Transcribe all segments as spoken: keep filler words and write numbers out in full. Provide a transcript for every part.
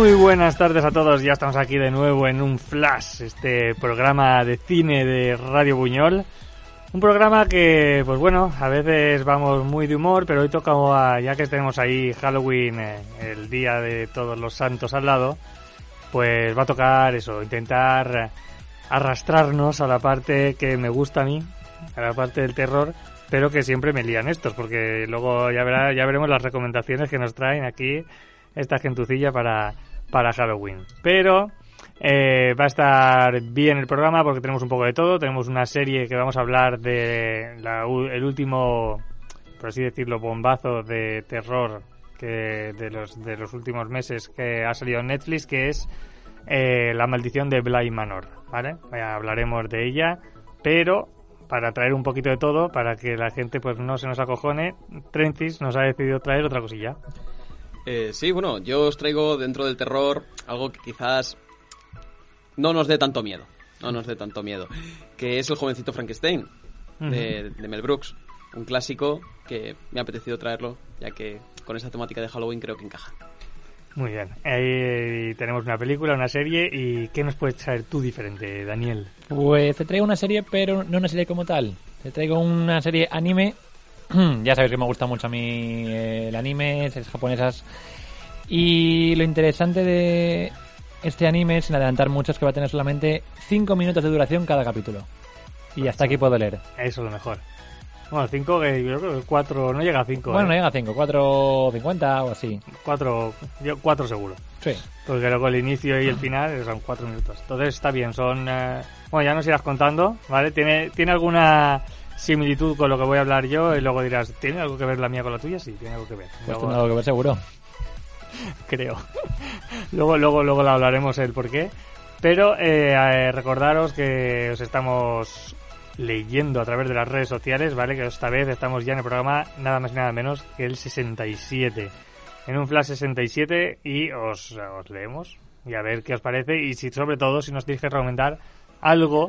Muy buenas tardes a todos, ya estamos aquí de nuevo en un Flash, este programa de cine de Radio Buñol. Un programa que, pues bueno, a veces vamos muy de humor, pero hoy toca, ya que tenemos ahí Halloween, eh, el día de todos los santos al lado, pues va a tocar eso, intentar arrastrarnos a la parte que me gusta a mí, a la parte del terror, pero que siempre me lían estos, porque luego ya verá, ya veremos las recomendaciones que nos traen aquí esta gentucilla para, para Halloween. Pero eh, va a estar bien el programa porque tenemos un poco de todo. Tenemos una serie que vamos a hablar de la, el último, por así decirlo, bombazo de terror que de los de los últimos meses que ha salido en Netflix, que es eh, La Maldición de Bly Manor, ¿vale? Ya hablaremos de ella, pero para traer un poquito de todo, para que la gente pues no se nos acojone, Trencis nos ha decidido traer otra cosilla. Eh, sí, bueno, yo os traigo dentro del terror algo que quizás no nos dé tanto miedo, no nos dé tanto miedo, que es El jovencito Frankenstein, uh-huh. de, de Mel Brooks, un clásico que me ha apetecido traerlo, ya que con esa temática de Halloween creo que encaja. Muy bien, ahí tenemos una película, una serie, ¿y qué nos puedes traer tú diferente, Daniel? Pues te traigo una serie, pero no una serie como tal, te traigo una serie anime. Ya sabéis que me gusta mucho a mí eh, el anime, series japonesas, y lo interesante de este anime, sin adelantar mucho, es que va a tener solamente cinco minutos de duración cada capítulo, y hasta aquí puedo leer. Eso es lo mejor. Bueno, cinco, que yo creo que cuatro, no llega a cinco. Bueno, ¿eh? no llega a cinco, cuatro cincuenta o así. Cuatro, yo cuatro seguro. Sí. Porque luego el inicio y el final son cuatro minutos. Entonces está bien, son... Eh... Bueno, ya nos irás contando, ¿vale? ¿Tiene, tiene alguna similitud con lo que voy a hablar yo? Y luego dirás, ¿tiene algo que ver la mía con la tuya? Sí, tiene algo que ver. Pues luego... tiene algo que ver seguro. Creo. luego, luego, luego lo hablaremos el por qué. Pero eh, eh, recordaros que os estamos leyendo a través de las redes sociales, ¿vale? Que esta vez estamos ya en el programa nada más y nada menos que el sesenta y siete. En un Flash sesenta y siete, y os, os leemos y a ver qué os parece, y si sobre todo si nos tenéis que recomendar algo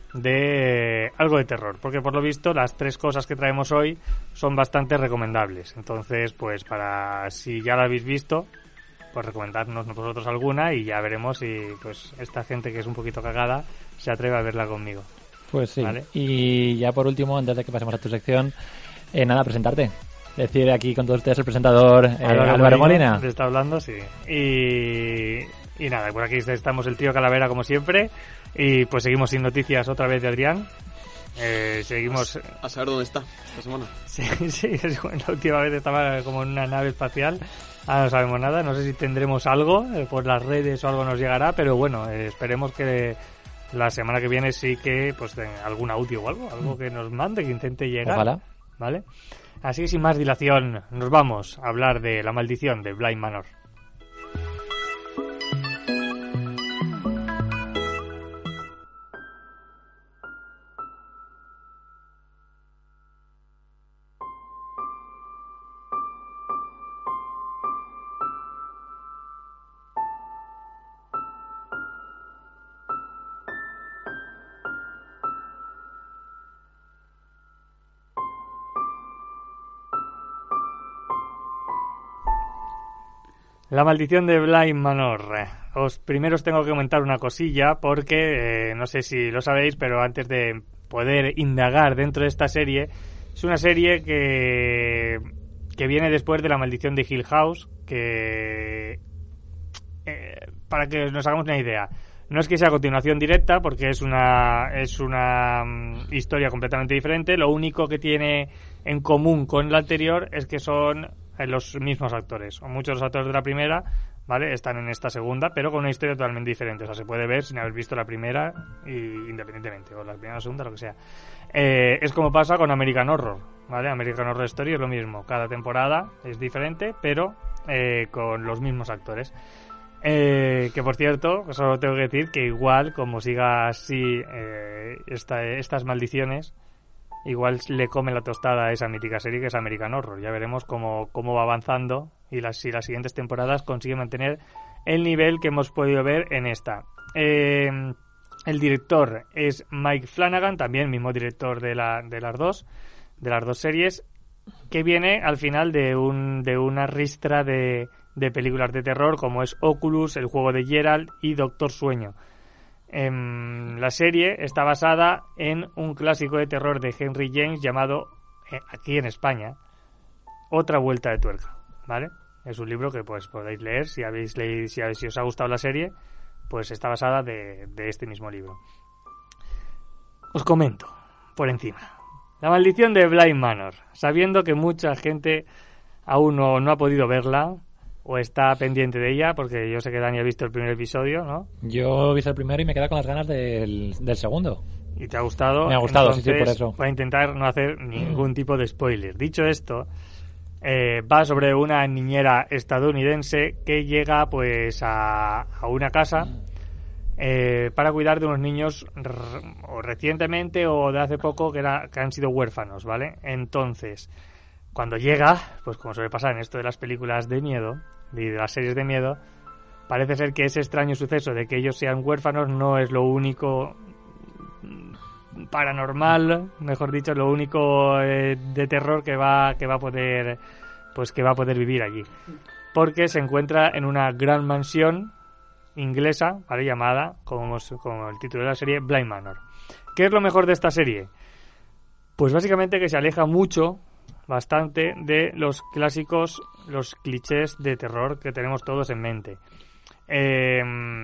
de algo de terror, porque por lo visto las tres cosas que traemos hoy son bastante recomendables. Entonces, pues para si ya la habéis visto, pues recomendadnos vosotros alguna y ya veremos si pues esta gente que es un poquito cagada se atreve a verla conmigo. Pues sí, ¿vale? Y ya por último, antes de que pasemos a tu sección, eh, nada, presentarte. Decir aquí con todos ustedes el presentador eh, Álvaro, Álvaro Molina. Le está hablando, sí. Y, y nada, por aquí estamos el tío Calavera como siempre. Y pues seguimos sin noticias otra vez de Adrián. Eh, seguimos... A saber dónde está esta semana. Sí, sí, la última vez estaba como en una nave espacial. Ahora no sabemos nada. No sé si tendremos algo eh, por las redes o algo nos llegará. Pero bueno, eh, esperemos que la semana que viene sí que pues algún audio o algo, algo que nos mande, que intente llegar. Ojalá. ¿Vale? Así que sin más dilación, nos vamos a hablar de La Maldición de Bly Manor. La Maldición de Bly Manor. Os primero os tengo que comentar una cosilla porque eh, no sé si lo sabéis, pero antes de poder indagar dentro de esta serie, es una serie que que viene después de La Maldición de Hill House, que eh, para que nos hagamos una idea, no es que sea continuación directa porque es una es una um, historia completamente diferente. Lo único que tiene en común con la anterior es que son los mismos actores, o muchos de los actores de la primera, ¿vale? Están en esta segunda, pero con una historia totalmente diferente. O sea, se puede ver sin haber visto la primera y, independientemente, o la primera, la segunda, lo que sea. Eh, es como pasa con American Horror, ¿vale? American Horror Story es lo mismo. Cada temporada es diferente, pero eh, con los mismos actores. Eh, que por cierto, solo tengo que decir que igual, como siga así eh, esta, estas maldiciones, igual le come la tostada a esa mítica serie que es American Horror. Ya veremos cómo, cómo va avanzando y las, si las siguientes temporadas consigue mantener el nivel que hemos podido ver en esta. Eh, el director es Mike Flanagan, también mismo director de, la, de las dos de las dos series, que viene al final de un de una ristra de, de películas de terror como es Oculus, El juego de Geralt y Doctor Sueño. Eh, la serie está basada en un clásico de terror de Henry James llamado, eh, aquí en España, Otra vuelta de tuerca, ¿vale? Es un libro que pues podéis leer si habéis leído, si, si os ha gustado la serie, pues está basada de, de este mismo libro. Os comento por encima. La maldición de Bly Manor, sabiendo que mucha gente aún no, no ha podido verla o está pendiente de ella, porque yo sé que Dani ha visto el primer episodio, ¿no? Yo he visto el primero y me he quedado con las ganas del, del segundo. ¿Y te ha gustado? Me ha gustado, entonces, sí, sí, por eso. Voy a intentar no hacer ningún tipo de spoiler. Dicho esto, eh, va sobre una niñera estadounidense que llega pues a, a una casa eh, para cuidar de unos niños r- o recientemente o de hace poco que, era, que han sido huérfanos, ¿vale? Entonces, cuando llega, pues como suele pasar en esto de las películas de miedo y de las series de miedo, parece ser que ese extraño suceso de que ellos sean huérfanos no es lo único paranormal, mejor dicho, lo único eh, de terror que va que va a poder pues que va a poder vivir allí, porque se encuentra en una gran mansión inglesa, ¿vale? Llamada como, como el título de la serie, Bly Manor. ¿Qué es lo mejor de esta serie? Pues básicamente que se aleja mucho, bastante, de los clásicos, los clichés de terror que tenemos todos en mente. Eh,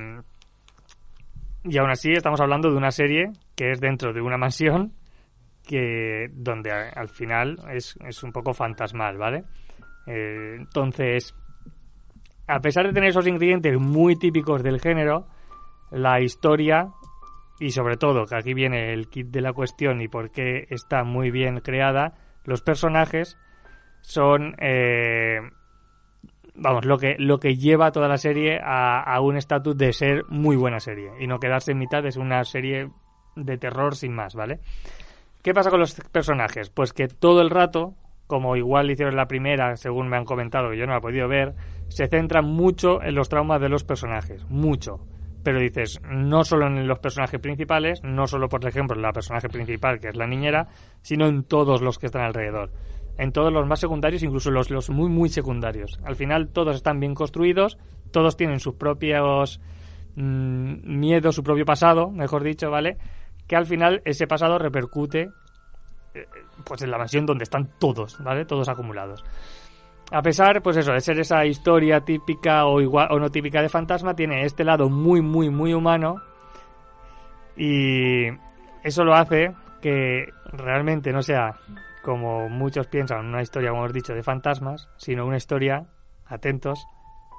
y aún así estamos hablando de una serie que es dentro de una mansión que donde a, al final es, es un poco fantasmal, ¿vale? Eh, entonces, a pesar de tener esos ingredientes muy típicos del género, la historia y sobre todo, que aquí viene el kit de la cuestión y por qué está muy bien creada, los personajes son eh, vamos, lo que lo que lleva a toda la serie a, a un estatus de ser muy buena serie y no quedarse en mitad de ser una serie de terror sin más, ¿vale? ¿Qué pasa con los personajes? Pues que todo el rato, como igual hicieron la primera, según me han comentado, que yo no la he podido ver, se centran mucho en los traumas de los personajes, mucho. Pero dices, no solo en los personajes principales, no solo, por ejemplo, en la personaje principal, que es la niñera, sino en todos los que están alrededor. En todos los más secundarios, incluso los, los muy, muy secundarios. Al final, todos están bien construidos, todos tienen sus propios mmm, miedos, su propio pasado, mejor dicho, ¿vale? Que al final ese pasado repercute eh, pues en la mansión donde están todos, ¿vale? Todos acumulados. A pesar, pues eso, de ser esa historia típica o igual o no típica de fantasma, tiene este lado muy, muy, muy humano y eso lo hace que realmente no sea, como muchos piensan, una historia, como hemos dicho, de fantasmas, sino una historia, atentos,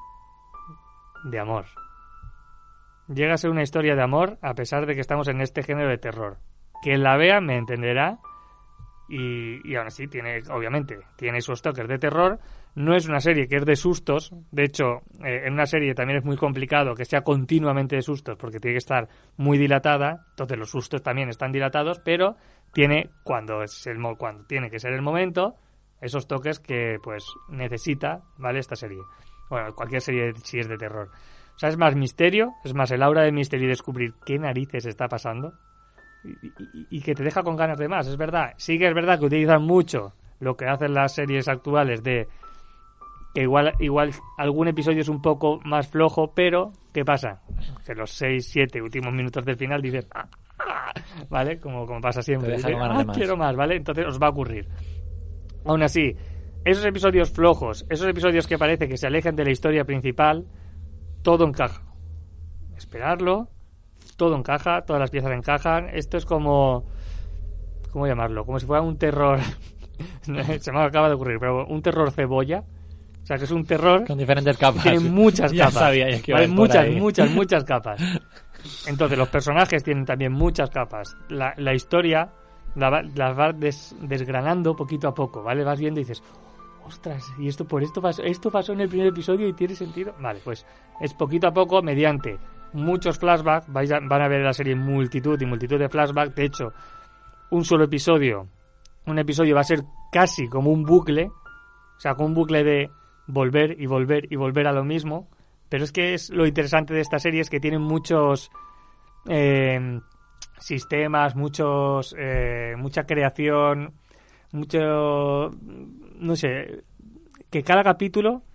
de amor. Llega a ser una historia de amor a pesar de que estamos en este género de terror. Quien la vea me entenderá. Y, y aún así tiene, obviamente, tiene sus toques de terror. No es una serie que es de sustos. De hecho, eh, en una serie también es muy complicado que sea continuamente de sustos porque tiene que estar muy dilatada. Entonces los sustos también están dilatados, pero tiene, cuando es el mo- cuando tiene que ser el momento, esos toques que pues necesita, ¿vale? Esta serie. Bueno, cualquier serie si es de terror. O sea, es más misterio, es más el aura de misterio y descubrir qué narices está pasando. Y, y, y que te deja con ganas de más, es verdad. Sí que es verdad que utilizan mucho lo que hacen las series actuales de que igual igual algún episodio es un poco más flojo, pero ¿qué pasa? Que los seis siete últimos minutos del final dices ah, ah", ¿vale? Como, como pasa siempre. Te deja Dices, con ganas ah, de más. quiero más, ¿vale? Entonces os va a ocurrir. Aún así, esos episodios flojos, esos episodios que parece que se alejen de la historia principal, todo encaja. Esperarlo, todo encaja, todas las piezas encajan. Esto es como... ¿Cómo llamarlo? Como si fuera un terror... Se me acaba de ocurrir, pero un terror cebolla. O sea, que es un terror... Con diferentes capas. Tiene muchas Ya capas. sabía yo que iba a ¿vale? ir por Muchas, ahí. muchas, muchas capas. Entonces, los personajes tienen también muchas capas. La, la historia la, va- la vas des- desgranando poquito a poco, ¿vale? Vas viendo y dices... Ostras, y esto por esto pasó, esto pasó en el primer episodio y tiene sentido. Vale, pues es poquito a poco mediante muchos flashbacks. Vais a, van a ver en la serie multitud y multitud de flashbacks. De hecho, un solo episodio, un episodio va a ser casi como un bucle, o sea, como un bucle de volver y volver y volver a lo mismo. Pero es que es lo interesante de esta serie es que tienen muchos eh, sistemas, muchos eh, mucha creación, mucho, no sé, que cada capítulo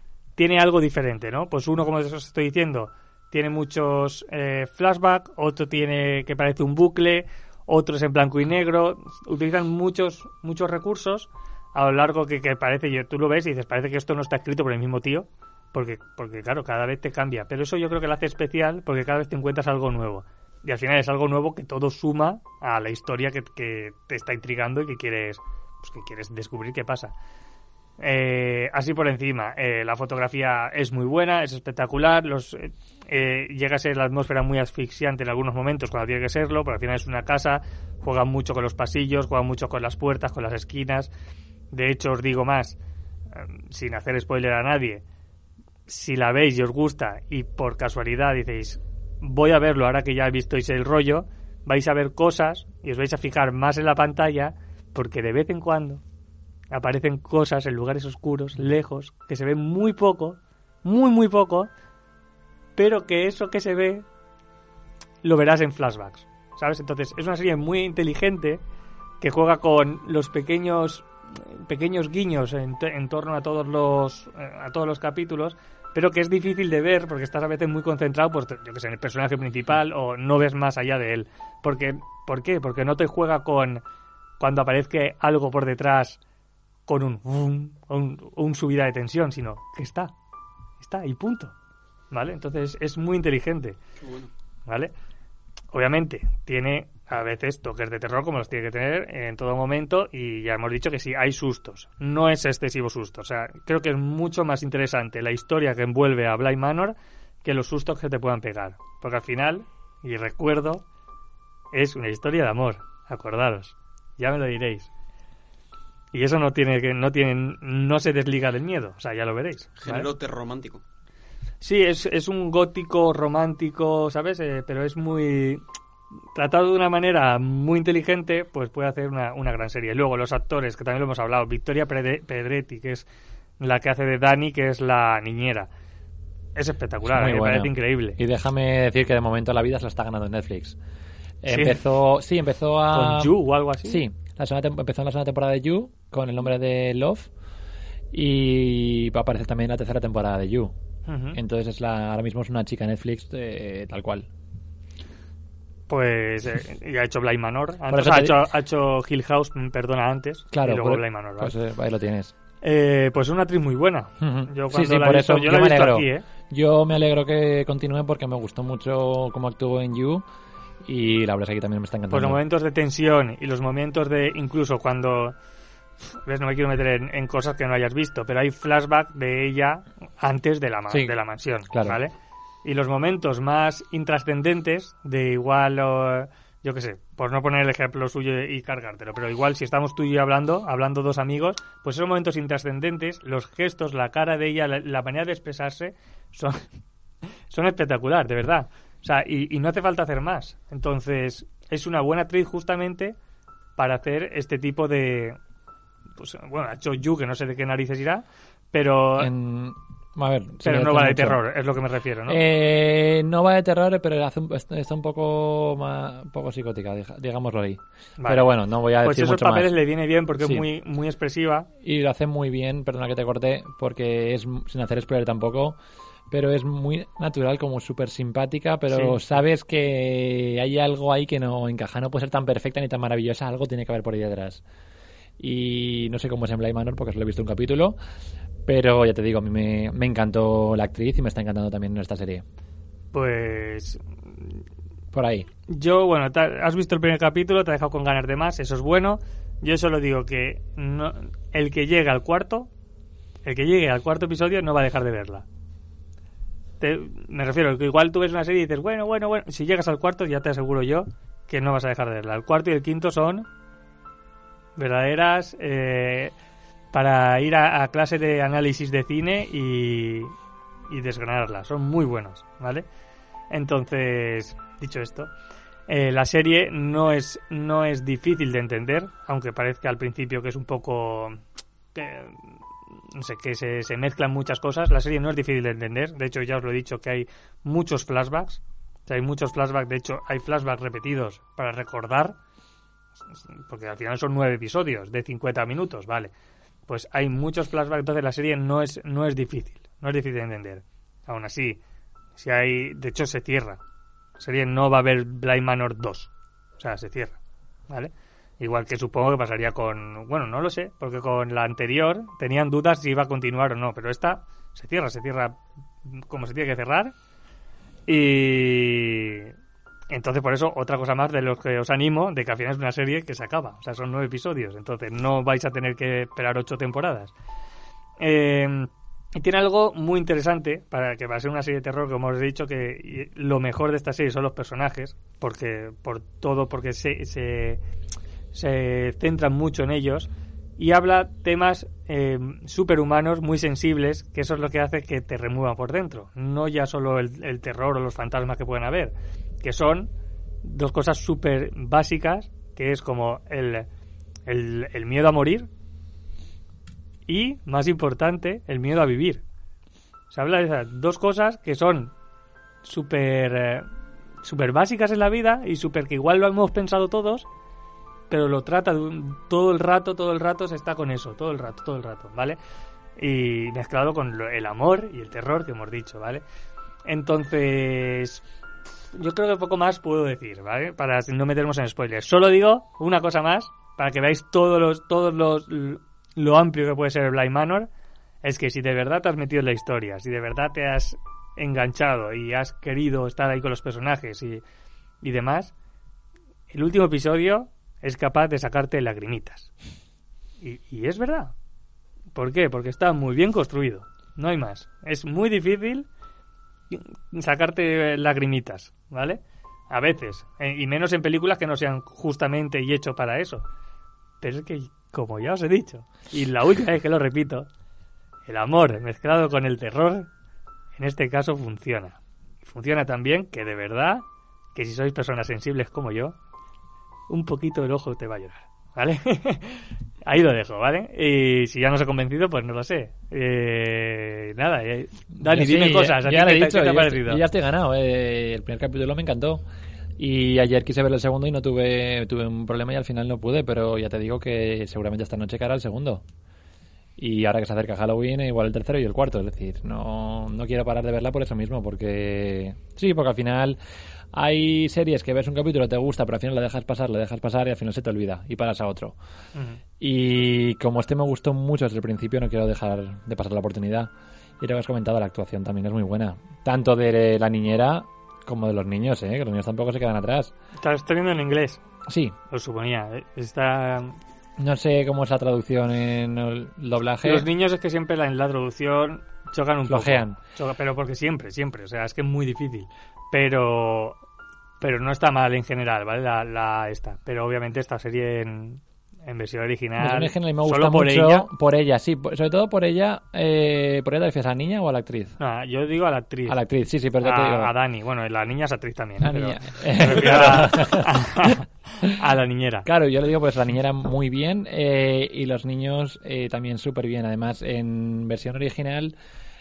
tiene algo diferente, ¿no? Pues uno, como os estoy diciendo, tiene muchos eh, flashbacks, otro tiene que parece un bucle, otro es en blanco y negro. Utilizan muchos muchos recursos a lo largo que, que parece, yo, tú lo ves y dices, parece que esto no está escrito por el mismo tío, porque, porque claro, cada vez te cambia. Pero eso yo creo que lo hace especial porque cada vez te encuentras algo nuevo. Y al final es algo nuevo que todo suma a la historia que, que te está intrigando y que quieres, pues que quieres descubrir qué pasa. Eh, así por encima, eh, la fotografía es muy buena, es espectacular, los eh, eh, llega a ser la atmósfera muy asfixiante en algunos momentos cuando tiene que serlo, pero al final es una casa, juegan mucho con los pasillos, juegan mucho con las puertas, con las esquinas. De hecho, os digo más, eh, sin hacer spoiler a nadie, si la veis y os gusta y por casualidad dices, voy a verlo ahora que ya vistois el rollo, vais a ver cosas y os vais a fijar más en la pantalla, porque de vez en cuando aparecen cosas en lugares oscuros, lejos, que se ven muy poco, muy muy poco, pero que eso que se ve lo verás en flashbacks, ¿sabes? Entonces es una serie muy inteligente que juega con los pequeños pequeños guiños en, en torno a todos los a todos los capítulos, pero que es difícil de ver porque estás a veces muy concentrado, pues yo que sé, en el personaje principal o no ves más allá de él. Porque, ¿por qué? Porque no te juega con cuando aparezca algo por detrás con un, un, un, un subida de tensión, sino que está, está y punto, ¿vale? Entonces es muy inteligente, Bueno. ¿vale? Obviamente tiene a veces toques de terror como los tiene que tener en todo momento y ya hemos dicho que sí, hay sustos, no es excesivo susto, o sea, creo que es mucho más interesante la historia que envuelve a Bly Manor que los sustos que te puedan pegar, porque al final, y recuerdo, es una historia de amor, acordaros, ya me lo diréis. Y eso no tiene que no tiene no se desliga del miedo, o sea, ya lo veréis, ¿vale? Género terror romántico. Sí, es, es un gótico romántico, ¿sabes? Eh, pero es muy tratado de una manera muy inteligente, pues puede hacer una, una gran serie. Luego los actores, que también lo hemos hablado, Victoria Pedretti, que es la que hace de Dani, que es la niñera. Es espectacular, Muy me bueno. parece increíble. Y déjame decir que de momento la vida se la está ganando en Netflix. ¿Sí? Empezó, sí, empezó a... ¿Con You o algo así? Sí, la segunda tem- empezó en la segunda temporada de You con el nombre de Love y va a aparecer también en la tercera temporada de You. Uh-huh. Entonces es la, ahora mismo es una chica Netflix eh, tal cual. Pues eh, y ha hecho Bly Manor. Por Antes eso ha te- hecho, ha hecho Hill House, mm, perdona, antes. Claro, y luego por- Bly Manor, ¿vale? pues eh, ahí lo tienes. Eh, pues una actriz muy buena. Ujú. Yo Sí, cuando sí, la por he visto, eso yo yo la he me visto alegro. aquí, ¿eh? Yo me alegro que continúe porque me gustó mucho cómo actuó en You y la verdad es que aquí también me está Pues encantando. los momentos de tensión y los momentos de, incluso cuando, ves, no me quiero meter en, en cosas que no hayas visto, pero hay flashback de ella antes de la, ma- Sí, de la mansión, claro. ¿vale? Y los momentos más intrascendentes de igual, o, yo qué sé, por no poner el ejemplo suyo y cargártelo, pero igual si estamos tú y yo hablando, hablando dos amigos, pues esos momentos intrascendentes, los gestos, la cara de ella, la, la manera de expresarse, son, son espectacular, de verdad. O sea, y, y no hace falta hacer más. Entonces, es una buena actriz justamente para hacer este tipo de... Pues, bueno, ha hecho You, que no sé de qué narices irá, pero, En- a ver, sí, pero me no gusta va de mucho. terror, es lo que me refiero, ¿no? Eh, no va de terror, pero hace un- está un poco más, un poco psicótica, diga- digámoslo ahí. Vale. Pero bueno, no voy a Pues decir esos mucho papeles más. le viene bien porque Sí. es muy, muy expresiva. Y lo hace muy bien, perdona que te corté, porque es, sin hacer spoiler tampoco, pero es muy natural, como súper simpática, pero Sí. sabes que hay algo ahí que no encaja, no puede ser tan perfecta ni tan maravillosa, algo tiene que haber por ahí detrás. Y no sé cómo es en Bly Manor, porque solo he visto un capítulo, pero ya te digo, a mí me, me encantó la actriz y me está encantando también en esta serie. Pues Por ahí. yo, bueno, te- has visto el primer capítulo, te ha dejado con ganas de más, eso es bueno. Yo solo digo que no, el que llegue al cuarto, el que llegue al cuarto episodio no va a dejar de verla. Te- me refiero que igual tú ves una serie y dices, bueno, bueno, bueno, si llegas al cuarto ya te aseguro yo que no vas a dejar de verla. El cuarto y el quinto son verdaderas eh, para ir a, a clase de análisis de cine y, y desgranarla. Son muy buenos, ¿vale? Entonces, dicho esto, eh, la serie no es, no es difícil de entender, aunque parezca al principio que es un poco... eh, no sé, que se, se mezclan muchas cosas. La serie no es difícil de entender. De hecho, ya os lo he dicho que hay muchos flashbacks. O sea, hay muchos flashbacks. De hecho, hay flashbacks repetidos para recordar. Porque al final son nueve episodios de cincuenta minutos, ¿vale? Pues hay muchos flashbacks. Entonces la serie no es, no es difícil, no es difícil de entender. Aún así, si hay, de hecho se cierra. La serie no va a haber Bly Manor dos. O sea, se cierra, ¿vale? Igual que supongo que pasaría con... Bueno, no lo sé, porque con la anterior tenían dudas si iba a continuar o no, pero esta se cierra, se cierra como se tiene que cerrar. Y... Entonces, por eso, otra cosa más de los que os animo, de que al final es una serie que se acaba. O sea, son nueve episodios, entonces no vais a tener que esperar ocho temporadas. Eh... Y tiene algo muy interesante, para que va a ser una serie de terror, como os he dicho, que lo mejor de esta serie son los personajes, porque por todo, porque se, se, se centran mucho en ellos, y habla temas eh, superhumanos, muy sensibles, que eso es lo que hace que te remuevan por dentro. No ya solo el, el terror o los fantasmas que pueden haber, que son dos cosas súper básicas, que es como el, el, el miedo a morir, y, más importante, el miedo a vivir. Se habla de esas dos cosas que son súper eh, súper básicas en la vida y súper que igual lo hemos pensado todos, pero lo trata de un, todo el rato, todo el rato se está con eso, todo el rato, todo el rato, ¿vale? Y mezclado con lo, el amor y el terror que hemos dicho, ¿vale? Entonces, yo creo que poco más puedo decir, ¿vale? Para no meternos en spoilers. Solo digo una cosa más, para que veáis todos los... Todos los lo amplio que puede ser Bly Manor, es que si de verdad te has metido en la historia, si de verdad te has enganchado y has querido estar ahí con los personajes y, y demás, el último episodio es capaz de sacarte lagrimitas. Y, y es verdad. ¿Por qué? Porque está muy bien construido. No hay más. Es muy difícil sacarte lagrimitas, ¿vale? A veces. Y menos en películas que no sean justamente y hecho para eso. Pero es que, como ya os he dicho, y la última vez que lo repito, el amor mezclado con el terror, en este caso funciona. Funciona tan bien que de verdad, que si sois personas sensibles como yo, un poquito el ojo te va a llorar, ¿vale? Ahí lo dejo, ¿vale? Y si ya no os he convencido, pues no lo sé. Eh, nada, eh, Dani, sí, dime cosas. Ya, ¿A ya ti le he qué, dicho, qué te ha yo parecido? estoy, ya estoy ganado. Eh, el primer capítulo me encantó. Y ayer quise ver el segundo y no tuve tuve un problema y al final no pude, pero ya te digo que seguramente esta noche caerá el segundo. Y ahora que se acerca Halloween, igual el tercero y el cuarto. Es decir, no, no quiero parar de verla por eso mismo, porque... Sí, porque al final hay series que ves un capítulo, te gusta, pero al final la dejas pasar, la dejas pasar y al final se te olvida y paras a otro. Uh-huh. Y como este me gustó mucho desde el principio, no quiero dejar de pasar la oportunidad. Y lo que has comentado, la actuación también es muy buena. Tanto de la niñera... como de los niños, ¿eh? Que los niños tampoco se quedan atrás. Está, estoy viendo en inglés. Sí. Lo suponía. Está... No sé cómo es la traducción en el doblaje. Los niños es que siempre en la traducción chocan un Flojean. poco. Chocan, pero porque siempre, siempre. O sea, es que es muy difícil. Pero pero no está mal en general, ¿vale? La, la esta. Pero obviamente esta serie en... En versión original, en general me gusta solo por mucho ella. Por ella, sí. Sobre todo por ella. Eh, ¿Por ella te refieres a la niña o a la actriz? No, yo digo a la actriz. A la actriz, sí, sí, pero a, te digo. a Dani. Bueno, la niña es actriz también. La ¿eh? niña. Pero, a, a, a la niñera. Claro, yo le digo, pues la niñera muy bien eh, y los niños eh, también súper bien. Además, en versión original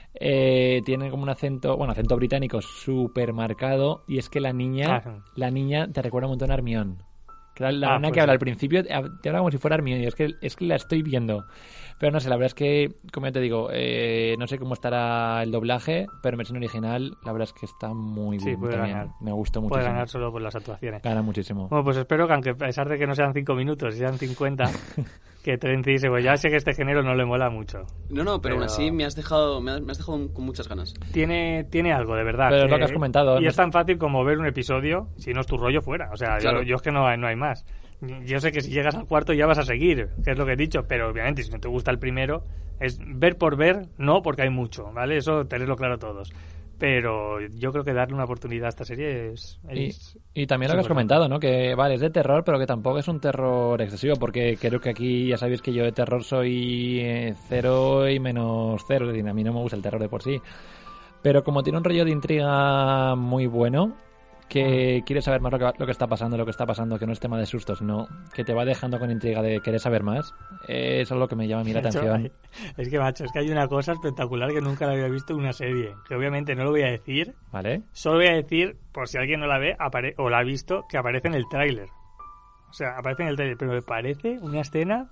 eh, tienen como un acento, bueno, acento británico súper marcado y es que la niña, ah. la niña te recuerda un montón a Hermione. La, la ah, una pues que habla sí. Al principio te habla como si fuera Hermione y es que, es que la estoy viendo. Pero no sé, la verdad es que, como ya te digo, eh, no sé cómo estará el doblaje, pero en versión original la verdad es que está muy sí, bien. Puede también. ganar. Me gustó muchísimo. Puede ganar solo por las actuaciones. Gana muchísimo. Bueno, pues espero que aunque a pesar de que no sean cinco minutos, sean cincuenta, que Trency dice, pues ya sé que este género no le mola mucho. No, no, pero, pero... aún así me has dejado me has, me has dejado con muchas ganas. Tiene, tiene algo, de verdad. Pero que, es lo que has comentado. Y no es tan fácil como ver un episodio, si no es tu rollo, fuera. O sea, claro. yo, yo es que no hay, no hay más. Yo sé que si llegas al cuarto ya vas a seguir, que es lo que he dicho, pero obviamente si no te gusta el primero, es ver por ver, no, porque hay mucho, ¿vale? Eso tenerlo claro todos. Pero yo creo que darle una oportunidad a esta serie es... es y, y también lo que has comentado, ¿no? Que vale, es de terror, pero que tampoco es un terror excesivo, porque creo que aquí ya sabéis que yo de terror soy eh, cero y menos cero, es decir, a mí no me gusta el terror de por sí. Pero como tiene un rollo de intriga muy bueno... que quieres saber más lo que, lo que está pasando, lo que está pasando, que no es tema de sustos, no, que te va dejando con intriga de querer saber más, eh, eso es lo que me llama a mí la atención. Es que, macho, es que hay una cosa espectacular que nunca la había visto en una serie, que obviamente no lo voy a decir, ¿vale? Solo voy a decir, por si alguien no la ve apare- o la ha visto, que aparece en el tráiler. O sea, aparece en el tráiler, pero me parece una escena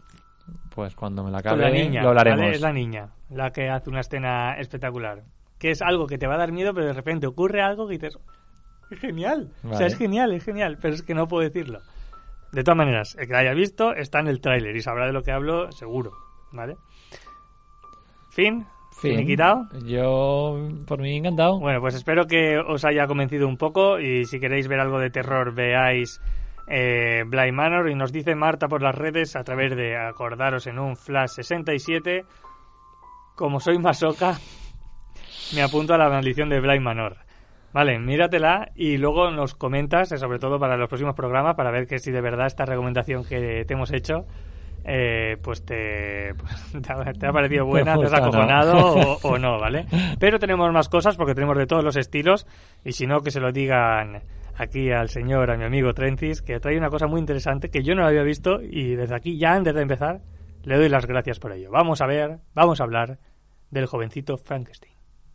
pues cuando me la Con acabe la niña, lo hablaremos. ¿vale? Es la niña la que hace una escena espectacular. Que es algo que te va a dar miedo, pero de repente ocurre algo que dices... Es genial. Vale. O sea, es genial, es genial. Pero es que no puedo decirlo. De todas maneras, el que la haya visto está en el tráiler y sabrá de lo que hablo seguro. ¿Vale? Fin. Fin. ¿Finiquitado? Yo, por mí, encantado. Bueno, pues espero que os haya convencido un poco y si queréis ver algo de terror veáis eh, Bly Manor y nos dice Marta por las redes a través de acordaros en un Flash sesenta y siete. Como soy masoca, me apunto a la maldición de Bly Manor. Vale, míratela y luego nos comentas, eh, sobre todo para los próximos programas, para ver que si de verdad esta recomendación que te hemos hecho Eh, pues te, pues te, ha, te ha parecido buena, te has acojonado o, o no, ¿vale? Pero tenemos más cosas porque tenemos de todos los estilos y si no, que se lo digan aquí al señor, a mi amigo Trencis, que trae una cosa muy interesante que yo no había visto y desde aquí, ya antes de empezar, le doy las gracias por ello. Vamos a ver, vamos a hablar del jovencito Frankenstein.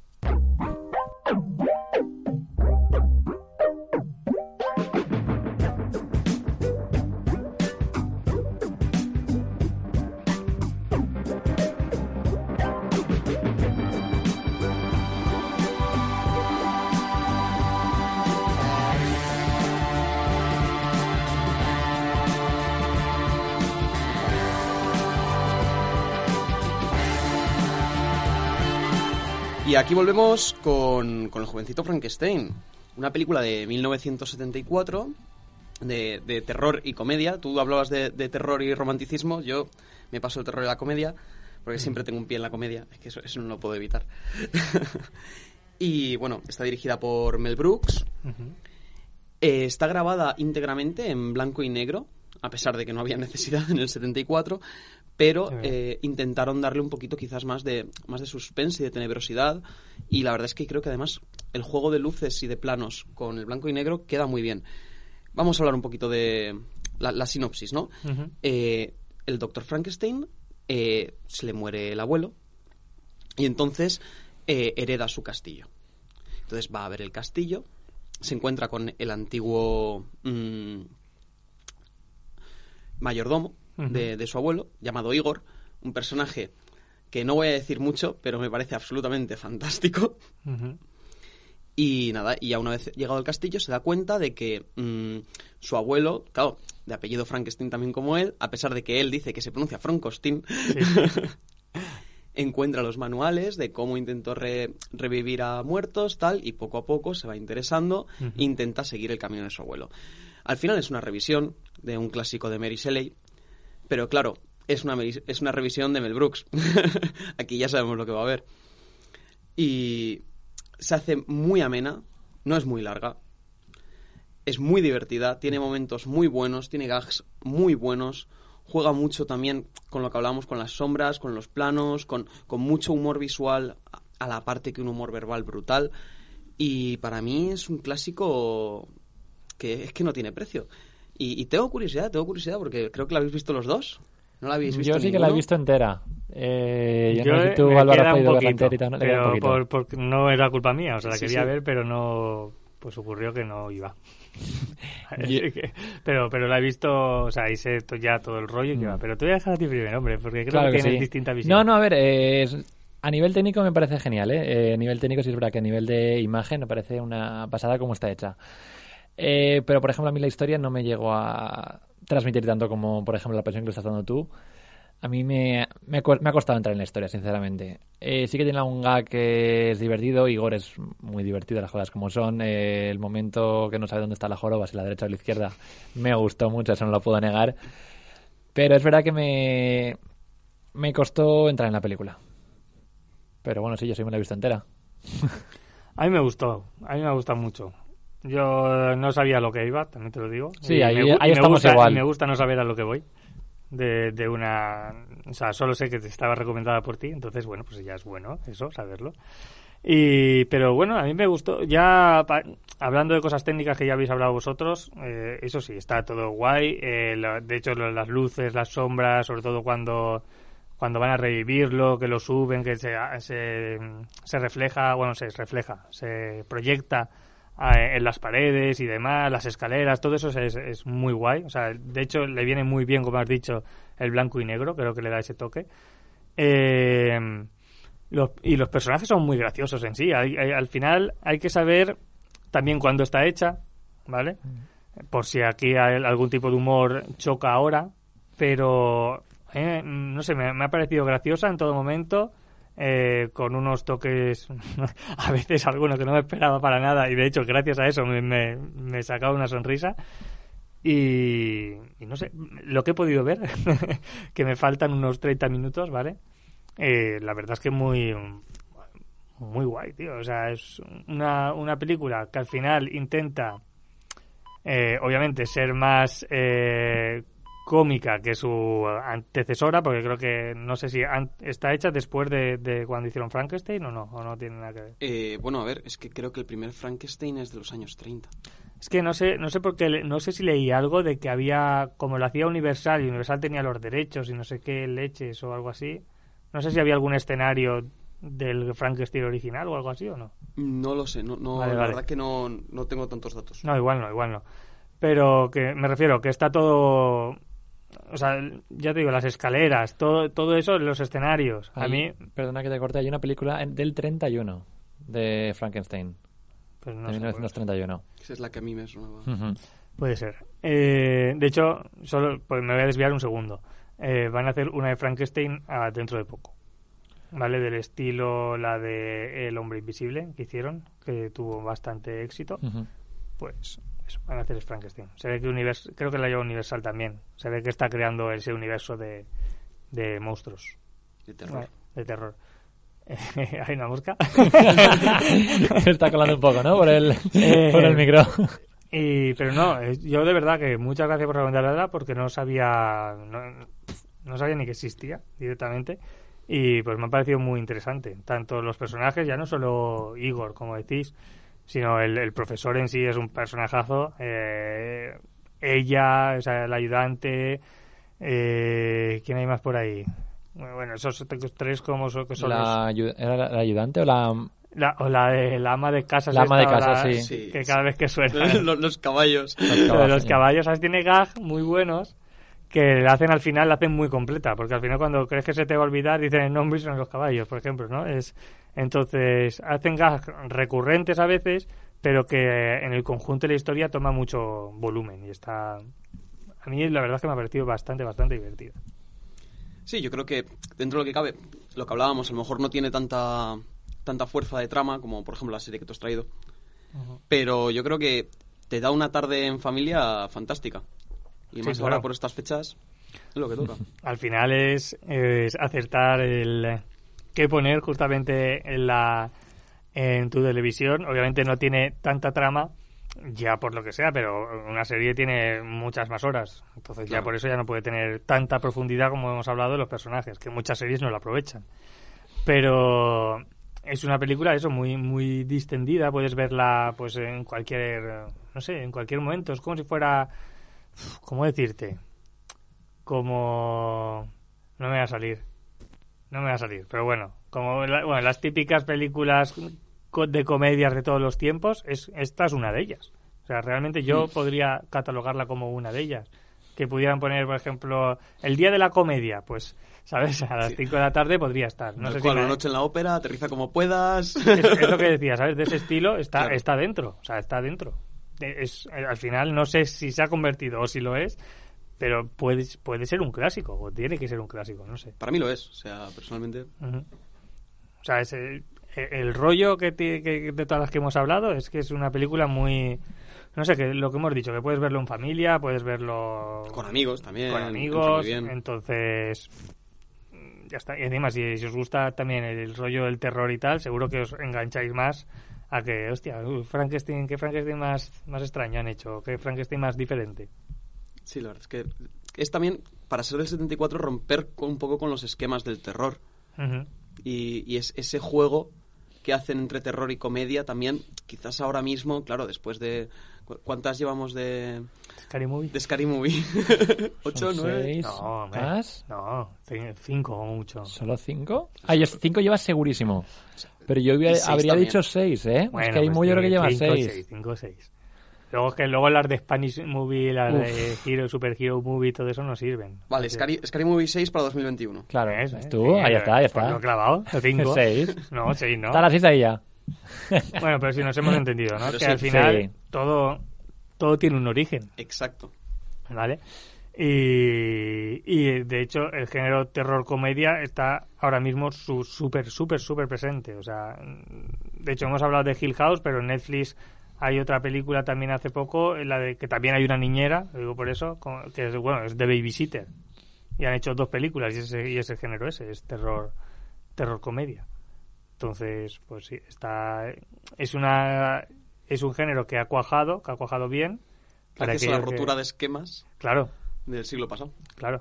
Y aquí volvemos con, con el jovencito Frankenstein, una película de mil novecientos setenta y cuatro de, de terror y comedia. Tú hablabas de, de terror y romanticismo, yo me paso el terror y la comedia, porque siempre tengo un pie en la comedia, es que eso, eso no lo puedo evitar. Y bueno, está dirigida por Mel Brooks, uh-huh. eh, está grabada íntegramente en blanco y negro, a pesar de que no había necesidad en el setenta y cuatro, pero eh, intentaron darle un poquito quizás más de más de suspense y de tenebrosidad, y la verdad es que creo que además el juego de luces y de planos con el blanco y negro queda muy bien. Vamos a hablar un poquito de la, la sinopsis, ¿no? Uh-huh. Eh, el doctor Frankenstein eh, se le muere el abuelo y entonces eh, hereda su castillo. Entonces va a ver el castillo, se encuentra con el antiguo mmm, mayordomo De, de su abuelo, llamado Igor, un personaje que no voy a decir mucho, pero me parece absolutamente fantástico. Uh-huh. Y nada, y ya una vez llegado al castillo se da cuenta de que mmm, su abuelo, claro, de apellido Frankenstein también como él, a pesar de que él dice que se pronuncia Frankenstein, sí. encuentra los manuales de cómo intentó re, revivir a muertos, tal, y poco a poco se va interesando uh-huh. e intenta seguir el camino de su abuelo. Al final es una revisión de un clásico de Mary Shelley, pero claro, es una, es una revisión de Mel Brooks. Aquí ya sabemos lo que va a haber. Y se hace muy amena, no es muy larga, es muy divertida, tiene momentos muy buenos, tiene gags muy buenos, juega mucho también con lo que hablábamos, con las sombras, con los planos, con, con mucho humor visual, a la parte que un humor verbal brutal. Y para mí es un clásico que es que no tiene precio. Y, y tengo curiosidad, tengo curiosidad porque creo que la habéis visto los dos. ¿No la habéis visto? Yo sí ninguno? que la he visto entera. Eh, yo, yo no sé si tú, me Álvaro, queda has un podido poquito, verla entera y tal, pero un por, por, no era culpa mía. O sea, la sí, quería sí. ver, pero no... Pues ocurrió que no iba. Yo... pero pero la he visto, o sea, ahí sé ya todo el rollo y que va. Pero te voy a dejar a ti primero, hombre, porque creo claro que, que tienes sí. distinta visión. No, no, a ver, eh, es... a nivel técnico me parece genial, ¿eh? eh a nivel técnico sí es verdad que a nivel de imagen me parece una pasada como está hecha. Eh, pero, por ejemplo, a mí la historia no me llegó a transmitir tanto como, por ejemplo, la presión que le estás dando tú. A mí me, me, me ha costado entrar en la historia, sinceramente. Eh, sí que tiene un gag que es divertido. Igor es muy divertido, las cosas como son. Eh, el momento que no sabe dónde está la joroba, si la derecha o la izquierda, me gustó mucho, eso no lo puedo negar. Pero es verdad que me, me costó entrar en la película. Pero bueno, sí, yo sí me la he visto entera. A mí me gustó, a mí me gusta mucho. Yo no sabía lo que iba, también te lo digo. Sí, y ahí, me, ahí y estamos me gusta, igual. Me gusta no saber a lo que voy. De, de una... O sea, solo sé que te estaba recomendada por ti, entonces, bueno, pues ya es bueno eso, saberlo. Y pero bueno, a mí me gustó. Ya pa, hablando de cosas técnicas que ya habéis hablado vosotros, eh, eso sí, está todo guay. Eh, la, de hecho, lo, las luces, las sombras, sobre todo cuando... cuando van a revivirlo, que lo suben, que se, se, se refleja, bueno, se refleja, se proyecta eh, en las paredes y demás, las escaleras, todo eso es, es muy guay. O sea, de hecho, le viene muy bien, como has dicho, el blanco y negro, creo que le da ese toque. Eh, los, y los personajes son muy graciosos en sí. Hay, hay, al final hay que saber también cuándo está hecha, ¿vale? Por si aquí hay algún tipo de humor choca ahora, pero eh, no sé, me, me ha parecido graciosa en todo momento, eh, con unos toques a veces algunos que no me esperaba para nada, y de hecho gracias a eso me, me, me sacaba una sonrisa. Y, y no sé, lo que he podido ver, que me faltan unos treinta minutos, ¿vale? Eh, la verdad es que muy muy guay, tío. O sea, es una, una película que al final intenta eh, obviamente ser más eh, cómica que su antecesora, porque creo que no sé si an- está hecha después de, de cuando hicieron Frankenstein o no, o no tiene nada que ver. Eh, bueno, a ver, es que creo que el primer Frankenstein es de los años treinta. Es que no sé, no sé por qué, le- no sé si leí algo de que había, como lo hacía Universal y Universal tenía los derechos y no sé qué leches o algo así. No sé si había algún escenario del Frankenstein original o algo así o no. No lo sé, no, no, Vale, la vale. verdad que no, no tengo tantos datos. No, igual no, igual no. Pero que me refiero que está todo, o sea, ya te digo, las escaleras, todo, todo eso, los escenarios. A Hay- mí, Perdona que te corte, hay una película en- del treinta y uno de Frankenstein, pues no de sé, mil novecientos treinta y uno. Esa es la que a mí me sonaba. Ujú. puede ser. Eh, de hecho, solo pues me voy a desviar un segundo. Eh, van a hacer una de Frankenstein ah, dentro de poco. ¿Vale? Del estilo la de El hombre invisible que hicieron, que tuvo bastante éxito. Ujú. Pues eso, van a hacer es Frankenstein. Se ve que Univers- creo que la lleva Universal también. Se ve que está creando ese universo de, de monstruos. De terror. De terror. Hay una mosca. Se está colando un poco, ¿no? Por el, Eh, por el micro. Y, pero no, eh, yo de verdad que muchas gracias por recomendarla porque no sabía no, no sabía ni que existía directamente y pues me ha parecido muy interesante. Tanto los personajes, ya no solo Igor, como decís, sino el, el profesor en sí es un personajazo. Eh, ella, o sea, el ayudante, eh, ¿quién hay más por ahí? Bueno, bueno, esos tres como son, que son los- La, ayu- ¿Era la, la ayudante o la...? la, o la de la ama de casa. La ama de esta, casa, la- sí. Sí, Que sí. cada vez que suena. los, los caballos. Los Lo de caballos, los sí. caballos, ¿sabes? Tiene gags muy buenos que le hacen al final, la hacen muy completa, porque al final cuando crees que se te va a olvidar dicen el nombre y son los caballos, por ejemplo, ¿no? Es entonces hacen gags recurrentes a veces, pero que en el conjunto de la historia toma mucho volumen y está, a mí la verdad es que me ha parecido bastante, bastante divertido. Sí, yo creo que dentro de lo que cabe, lo que hablábamos, a lo mejor no tiene tanta tanta fuerza de trama como, por ejemplo, la serie que tú has traído. Uh-huh. Pero yo creo que te da una tarde en familia fantástica. Y Sí, más claro. ahora por estas fechas, es lo que toca. Al final es, es acertar el qué poner justamente en la en tu televisión. Obviamente no tiene tanta trama, ya por lo que sea, pero una serie tiene muchas más horas. Entonces ya Claro. por eso ya no puede tener tanta profundidad como hemos hablado de los personajes, que muchas series no la aprovechan. Pero es una película, eso, muy muy distendida. Puedes verla pues en cualquier, no sé, en cualquier momento. Es como si fuera, ¿cómo decirte? Como... No me va a salir. No me va a salir, pero bueno. Como la- bueno, las típicas películas co- de comedias de todos los tiempos, es, esta es una de ellas. O sea, realmente yo podría catalogarla como una de ellas. Que pudieran poner, por ejemplo, el día de la comedia, pues, ¿sabes? A las Sí. cinco de la tarde podría estar. No Tal sé si cual, me- una noche en la ópera, aterriza como puedas. es, es lo que decía, ¿sabes? De ese estilo está, Claro. está dentro. O sea, está dentro. De- Es, eh, al final, no sé si se ha convertido o si lo es, pero puede, puede ser un clásico, o tiene que ser un clásico, no sé. Para mí lo es, o sea, personalmente. Ujú. O sea, es el, el rollo que, ti- que de todas las que hemos hablado es que es una película muy... No sé, que lo que hemos dicho, que puedes verlo en familia, puedes verlo Con amigos también. con entra amigos, muy bien. entonces mm, ya está. Y encima, si, si os gusta también el rollo del terror y tal, seguro que os engancháis más a que, hostia, uy, Frankenstein, ¿qué Frankenstein más, más extraño han hecho? ¿Qué Frankenstein más diferente? Sí, la verdad es que es también, para ser del setenta y cuatro, romper con- un poco con los esquemas del terror. Ujú. Y, y es ese juego que hacen entre terror y comedia también, quizás ahora mismo, claro, después de ¿Cu- ¿Cuántas llevamos de, Scary Movie. de Scary Movie? ¿Ocho, Son nueve? seis. No, hombre. ¿Más? No, c- cinco o mucho. ¿Solo cinco? Ah, yo cinco llevas segurísimo. Pero yo hubiera- Y seis habría también. dicho seis, ¿eh? Bueno, es que hay pues muy yo creo que cinco, lleva cinco, seis. cinco o seis. Luego es que luego las de Spanish Movie, las Uf. de Hero, Super Hero Movie, todo eso no sirven. Vale, Así- Scary, Scary Movie seis para dos mil veintiuno. Claro, ¿Ves, es eh? tú, Sí, ahí está, ahí pues lo he está. clavado, cinco. Seis. No, seis no. Está a las seis ahí ya. Bueno, pero si nos hemos entendido, ¿no? Pero que sí, al final sí. todo, todo tiene un origen, Exacto. ¿vale? Y, y de hecho el género terror-comedia está ahora mismo su, súper, súper, súper presente. O sea, de hecho hemos hablado de Hill House, pero en Netflix hay otra película también hace poco, en la de que también hay una niñera, lo digo por eso, con- que es, bueno, es The Babysitter. Y han hecho dos películas y ese, y ese género ese, es terror, terror-comedia. Entonces, pues sí, está, es una, es un género que ha cuajado, que ha cuajado bien. Gracias a la aquellos que- rotura de esquemas Claro, del siglo pasado. claro.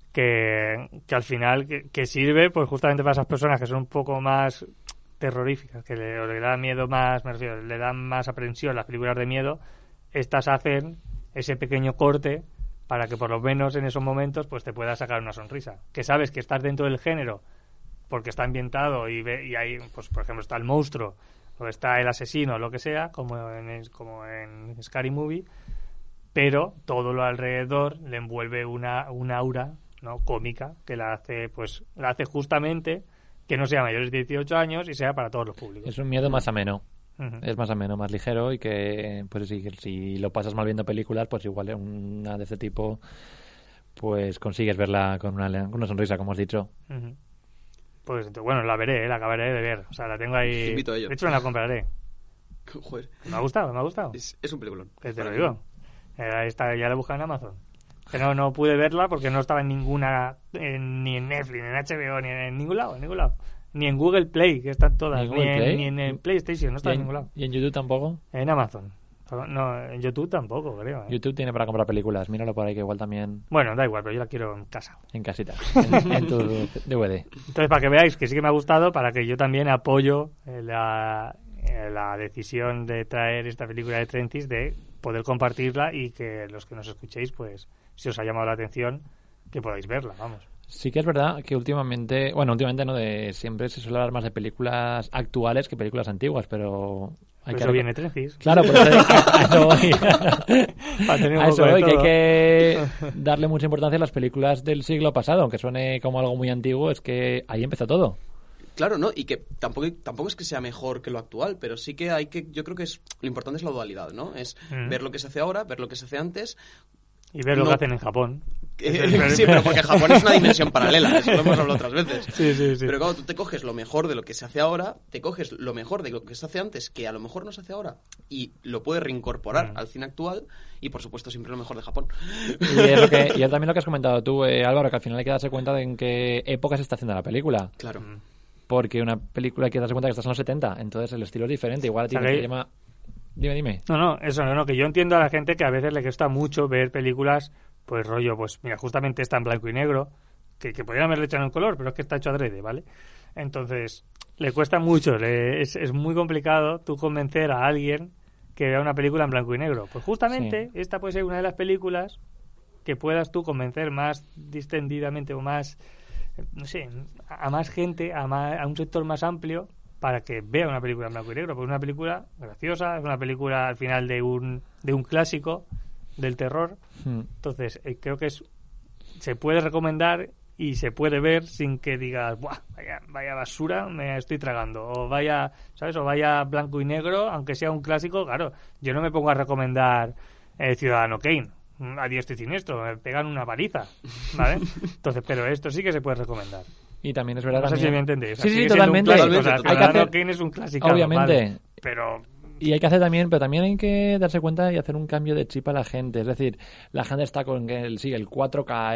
Que, que al final que, que sirve pues justamente para esas personas que son un poco más terroríficas, que le, o le da miedo más, me refiero, le dan más aprensión las películas de miedo. Estas hacen ese pequeño corte para que por lo menos en esos momentos pues te pueda sacar una sonrisa. Que sabes que estás dentro del género porque está ambientado y, ve, y hay, pues por ejemplo, está el monstruo o está el asesino o lo que sea, como en, como en Scary Movie, pero todo lo alrededor le envuelve una, una aura, ¿no?, cómica que la hace, pues, la hace justamente que no sea mayores de dieciocho años y sea para todos los públicos. Es un miedo más ameno. Ujú. Es más ameno, más ligero y que, pues sí, que si lo pasas mal viendo películas, pues igual una de ese tipo, pues consigues verla con una, con una sonrisa, como has dicho. Ujú. Pues entonces, bueno, la veré, ¿eh? La acabaré de ver. O sea, la tengo ahí. Te invito a ello. De hecho, me la compraré. Joder, Me ha gustado, me ha gustado. es, es un peliculón. Que te lo digo. Eh, ahí está, ya la he buscado en Amazon. Que no, no pude verla porque no estaba en ninguna, en- ni en Netflix, ni en H B O, ni en, en ningún lado, en ningún lado. Ni en Google Play, que están todas, ¿Ni en ni, Google en, Play? ni en el PlayStation, no ¿Y está en, en, ningún lado. y en YouTube tampoco? En Amazon. No, en YouTube tampoco, creo. ¿eh? YouTube tiene para comprar películas. Míralo por ahí, que igual también Bueno, da igual, pero yo la quiero en casa. en casita, en, en tu D V D. Entonces, para que veáis que sí que me ha gustado, para que yo también apoyo eh, la, eh, la decisión de traer esta película de Trentis, de poder compartirla y que los que nos escuchéis, pues, si os ha llamado la atención, que podáis verla, vamos. Sí que es verdad que últimamente, bueno, últimamente no, de siempre se suele hablar más de películas actuales que películas antiguas, pero hay Por que eso viene Trentis. Claro, por eso, a eso voy. Para tener un A poco eso de voy, que hay todo. que darle mucha importancia a las películas del siglo pasado, aunque suene como algo muy antiguo, es que ahí empezó todo. Claro, ¿no? Y que tampoco, tampoco es que sea mejor que lo actual, pero sí que hay que, yo creo que es lo importante es la dualidad, ¿no? Es Mm. ver lo que se hace ahora, ver lo que se hace antes. Y ver lo No. que hacen en Japón. Eh, sí, pero porque Japón es una dimensión paralela, eso lo hemos hablado otras veces. Sí, sí, sí. Pero claro, tú te coges lo mejor de lo que se hace ahora, te coges lo mejor de lo que se hace antes, que a lo mejor no se hace ahora, y lo puedes reincorporar Mm. al cine actual, y por supuesto siempre lo mejor de Japón. Y es, lo que, y es también lo que has comentado tú, eh, Álvaro, que al final hay que darse cuenta de en qué época se está haciendo la película. Claro. Mm. Porque una película hay que darse cuenta que estás en los setenta, entonces el estilo es diferente. Igual a ti O sea, no te que- llama... Dime, dime. No, no, eso no, no, que yo entiendo a la gente que a veces le cuesta mucho ver películas, pues rollo, pues mira, justamente está en blanco y negro, que, que podrían haberle hecho en color, pero es que está hecho adrede, ¿vale? Entonces, le cuesta mucho, le- es, es muy complicado tú convencer a alguien que vea una película en blanco y negro. Pues justamente esta puede ser una de las películas que puedas tú convencer más distendidamente o más, eh, no sé, a a más gente, a, más- a un sector más amplio, para que vea una película en blanco y negro, porque es una película graciosa, es una película al final de un, de un clásico del terror. Hmm. Entonces, eh, creo que es se puede recomendar y se puede ver sin que digas, ¡buah! Vaya, vaya basura, me estoy tragando. O vaya, ¿sabes? O vaya blanco y negro, aunque sea un clásico. Claro, yo no me pongo a recomendar eh, Ciudadano Kane. A diestro y siniestro, me pegan una paliza, ¿vale? Entonces, pero esto sí que se puede recomendar. Y también es verdad No sé si también... me entendéis. Sí, sí, Sigue siendo un totalmente. clásico, o sea, Totalmente, Hay que Ciudadano hacer- Kane es un clásico. Obviamente. ¿vale? Pero Y hay que hacer también, pero también hay que darse cuenta y hacer un cambio de chip a la gente. Es decir, la gente está con el, sí, el cuatro K,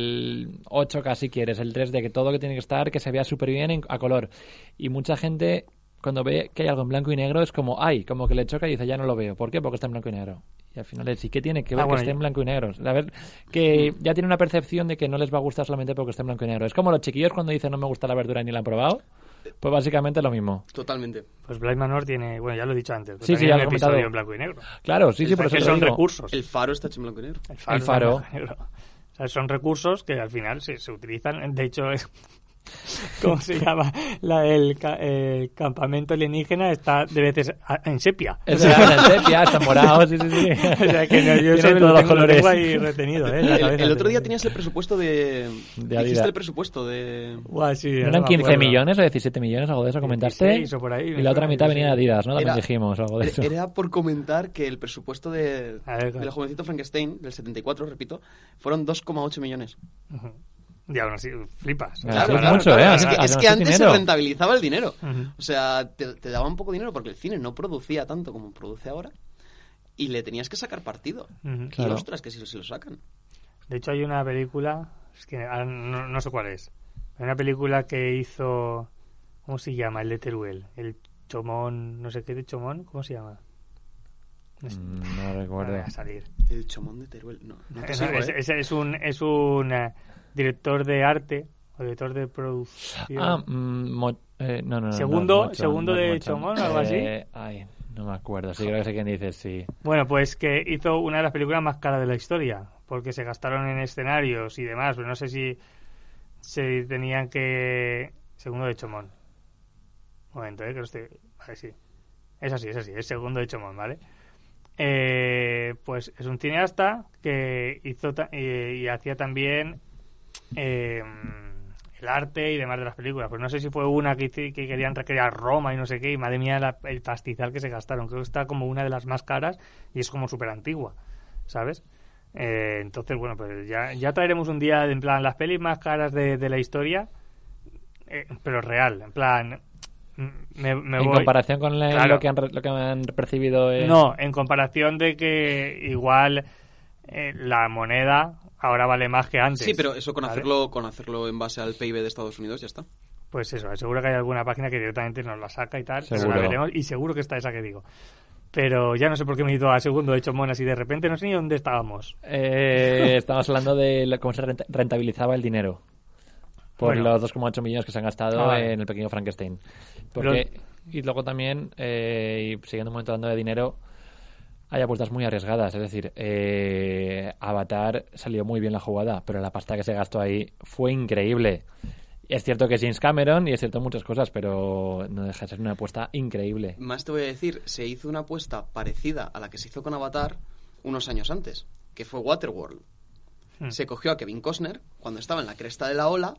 el ocho K si quieres, el tres D, que todo que tiene que estar, que se vea súper bien en- a color. Y mucha gente, cuando ve que hay algo en blanco y negro, es como, ay, como que le choca y dice, ya no lo veo. ¿Por qué? Porque está en blanco y negro. Y al final es, sí que tiene que ver Ah, que bueno, esté y- en blanco y negro. A ver, que ya tiene una percepción de que no les va a gustar solamente porque está en blanco y negro. Es como los chiquillos cuando dicen no me gusta la verdura y ni la han probado. Pues básicamente lo mismo. Totalmente. Pues Bly Manor tiene, bueno, ya lo he dicho antes, Sí, sí, ya lo he un episodio comentado. en blanco y negro. Claro, sí, El sí, por fa- eso Que te son digo. recursos. El faro está hecho en blanco y negro. El faro. El faro. es blanco y negro. O sea, son recursos que al final se, se utilizan. De hecho, es, ¿cómo se llama? La, el, ca- el campamento alienígena está de veces a- en sepia. Es verdad, en sepia, está morado, sí, sí, sí. O sea, que no, yo Tiene eso lo todos los tengo, lo colores. tengo ahí retenido, ¿eh? en la El, cabeza. el otro día tenías el presupuesto de... De Adidas. Dijiste el presupuesto de... Guau, sí, ¿No no eran me quince acuerdo. millones o diecisiete millones, algo de eso comentaste? dieciséis o por ahí, Y me la otra suena, mitad sí, venía de sí. Adidas, ¿no? También Era- dijimos algo de eso. Era por comentar que el presupuesto de, A ver, claro. del jovencito Frankenstein, del setenta y cuatro, repito, fueron dos coma ocho millones. Ujú. Y aún así, flipas. Claro, O sea, es mucho, ¿eh? Es que, Hace- es hace que mucho antes dinero. se rentabilizaba el dinero. Ujú. O sea, te, te daba un poco de dinero porque el cine no producía tanto como produce ahora y le tenías que sacar partido. Ujú. Claro. Y ostras, que si se lo sacan. De hecho, hay una película, es que ahora no, no sé cuál es. Hay una película que hizo, ¿cómo se llama? El de Teruel, el Chomón, no sé qué de Chomón, ¿cómo se llama? No sé. Mm, No No recuerdo. voy a salir. El chomón de Teruel. No, no te Es, sigo, es- ¿eh? es- es un, es un eh, director de arte, o director de producción. Ah, mm, mo- eh, no, no, no. Segundo- no, Mochón, segundo no es de Mochón. Chomón o algo así. Eh, Ay, no me acuerdo. Sí, creo que sé quién dices, sí. Bueno, pues que hizo una de las películas más caras de la historia, porque se gastaron en escenarios y demás, pero no sé si se tenían que... Segundo de Chomón. Un momento, ¿eh? Que lo estoy... Vale, sí. Es así, es así, es segundo de Chomón, ¿vale? Eh, pues es un cineasta que hizo ta- y, y hacía también eh, el arte y demás de las películas. Pues no sé si fue una que, hice- que querían recrear Roma y no sé qué, y madre mía la- el pastizal que se gastaron. Creo que está como una de las más caras y es como súper antigua, ¿sabes? Eh, entonces, bueno, pues ya, ya traeremos un día, en plan, las pelis más caras de, de la historia, eh, pero real, en plan... Me, me En voy- comparación con la- Claro. lo, que han, re- lo que han percibido... en- No, en comparación de que igual eh, la moneda ahora vale más que antes. Sí, pero eso con ¿vale? hacerlo con hacerlo en base al P I B de Estados Unidos ya está. Pues eso, seguro que hay alguna página que directamente nos la saca y tal, pero Seguro. la veremos, y seguro que está esa que digo. Pero ya no sé por qué me he ido a segundo de Chomón así de repente, no sé ni dónde estábamos. Eh, estamos hablando de lo- cómo se renta- rentabilizaba el dinero. Por Bueno. los dos coma ocho millones que se han gastado Ah, vale. en el pequeño Frankenstein. Porque, y luego también, eh, y siguiendo un momento hablando de dinero, hay apuestas muy arriesgadas. Es decir, eh, Avatar salió muy bien la jugada, pero la pasta que se gastó ahí fue increíble. Es cierto que es James Cameron y es cierto muchas cosas, pero no deja de ser una apuesta increíble. Más te voy a decir, se hizo una apuesta parecida a la que se hizo con Avatar unos años antes, que fue Waterworld. Hmm. Se cogió a Kevin Costner cuando estaba en la cresta de la ola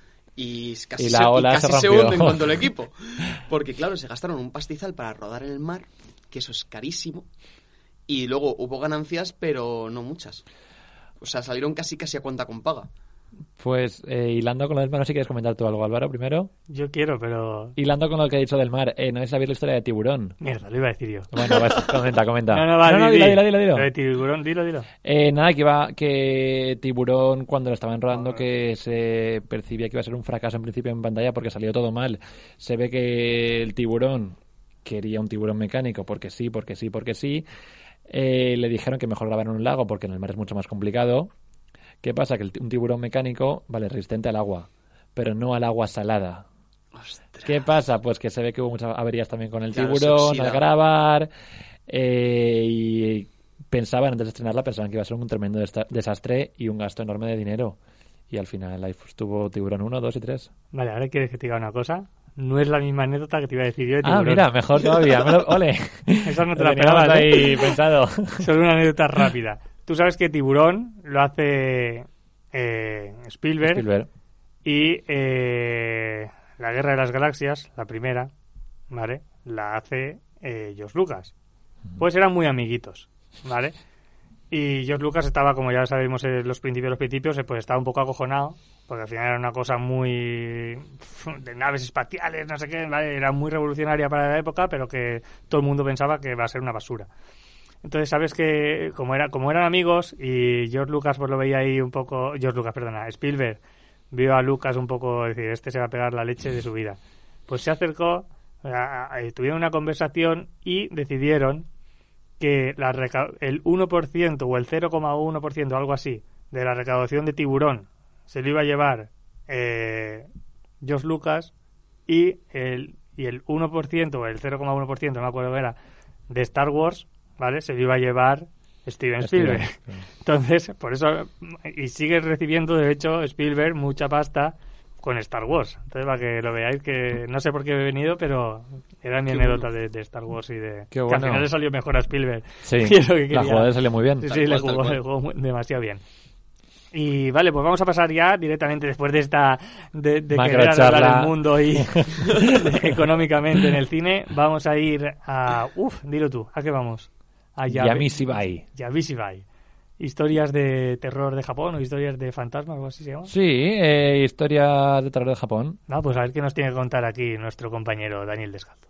y casi, Y la se, y ola casi se se, rompió. hunde en cuanto al equipo. Porque claro, se gastaron un pastizal para rodar en el mar, que eso es carísimo, y luego hubo ganancias, pero no muchas. O sea, salieron casi casi a cuenta con paga. Pues, eh, hilando con lo del mar, no sé si quieres comentar tú algo, Álvaro, primero. Yo quiero, pero... Hilando con lo que he dicho del mar, eh, no sé si sabéis la historia de Tiburón. Mierda, lo iba a decir yo. Bueno, pues, comenta, comenta. No, no, va, no, di, dilo, di. dilo, dilo, dilo. Lo de Tiburón, dilo, dilo. Eh, nada, que iba que Tiburón, cuando lo estaban rodando, que se percibía que iba a ser un fracaso en principio en pantalla porque salió todo mal. Se ve que el tiburón quería un tiburón mecánico porque sí, porque sí, porque sí. Eh, le dijeron que mejor grabar en un lago porque en el mar es mucho más complicado. ¿Qué pasa? Que el, un tiburón mecánico, vale, resistente al agua, pero no al agua salada. Ostras. ¿Qué pasa? Pues que se ve que hubo muchas averías también con el Claro, se tiburón oxida. al grabar eh, y pensaban, antes de estrenarla, pensaban que iba a ser un tremendo desta- desastre y un gasto enorme de dinero. Y al final ahí estuvo Tiburón uno, dos y tres. Vale, ahora quieres que te diga una cosa. No es la misma anécdota que te iba a decir yo de Ah, Tiburón. mira, mejor todavía. Me lo- ¡Ole! Esa no te Lo la teníamos esperabas, ¿eh? ahí pensado. Solo una anécdota rápida. Tú sabes que Tiburón lo hace eh, Spielberg, Spielberg. y eh, La Guerra de las Galaxias, la primera, ¿vale? La hace eh, George Lucas. Pues eran muy amiguitos, ¿vale? Y George Lucas estaba, como ya sabemos en los principios los principios, eh, pues estaba un poco acojonado, porque al final era una cosa muy... de naves espaciales, no sé qué, ¿vale? Era muy revolucionaria para la época, pero que todo el mundo pensaba que iba a ser una basura. Entonces, sabes que como era como eran amigos y George Lucas pues lo veía ahí un poco... George Lucas, perdona, Spielberg vio a Lucas un poco decir, este se va a pegar la leche de su vida. Pues se acercó, a- a- tuvieron una conversación y decidieron que la reca- el uno por ciento o el cero coma uno por ciento, algo así, de la recaudación de Tiburón se lo iba a llevar eh, George Lucas y el, y el uno por ciento o el cero coma uno por ciento, no me acuerdo qué era, de Star Wars, ¿vale? Se lo iba a llevar Steven Spielberg. Steven. Entonces, por eso, y sigue recibiendo, de hecho, Spielberg mucha pasta con Star Wars. Entonces, para que lo veáis, que no sé por qué he venido, pero era mi Qué anécdota bueno. de, de Star Wars y de... Qué Que bueno. al final le salió mejor a Spielberg. Sí, Y es lo que la quería. jugada salió muy bien. Sí, Tal sí, le cual, tal jugó, cual. le jugó muy- demasiado bien. Y vale, pues vamos a pasar ya directamente después de esta de, de Macro querer arreglar charla. el mundo y económicamente en el cine, vamos a ir a uf, dilo tú, ¿a qué vamos? A Yabe- Yamishibai. Yamishibai. Historias de terror de Japón o historias de fantasmas o algo así se llama. Sí, eh, historia de terror de Japón. No, pues a ver qué nos tiene que contar aquí nuestro compañero Daniel Descalzo.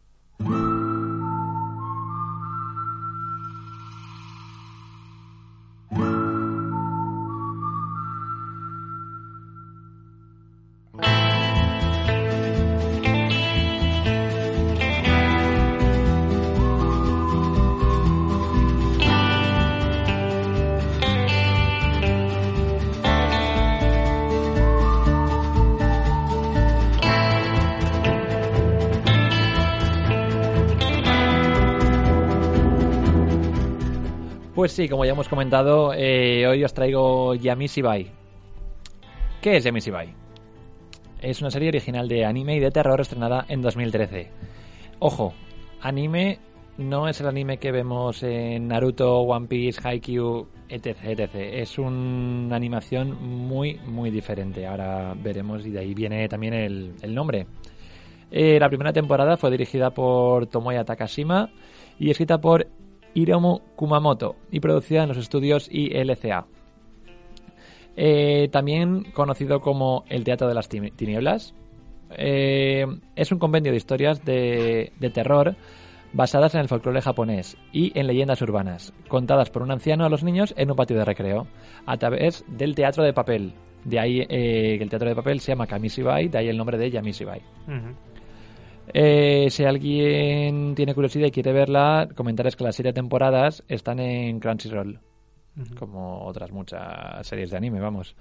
Pues sí, como ya hemos comentado, eh, hoy os traigo Yamishibai. ¿Qué es Yamishibai? Es una serie original de anime y de terror estrenada en dos mil trece. Ojo, anime no es el anime que vemos en Naruto, One Piece, Haikyuu, etc, etcétera. Es una animación muy, muy diferente. Ahora veremos y de ahí viene también el, el nombre. Eh, la primera temporada fue dirigida por Tomoya Takashima y escrita por Hiromu Kumamoto y producida en los estudios I L C A. Eh, también conocido como El Teatro de las Tinieblas. Eh, es un compendio de historias de, de terror basadas en el folclore japonés y en leyendas urbanas, contadas por un anciano a los niños en un patio de recreo, a través del teatro de papel. De ahí eh, que el teatro de papel se llama Kamishibai, de ahí el nombre de Yamishibai. Uh-huh. Eh, si alguien tiene curiosidad y quiere verla, comentarles que las siete temporadas están en Crunchyroll, uh-huh. como otras muchas series de anime, vamos.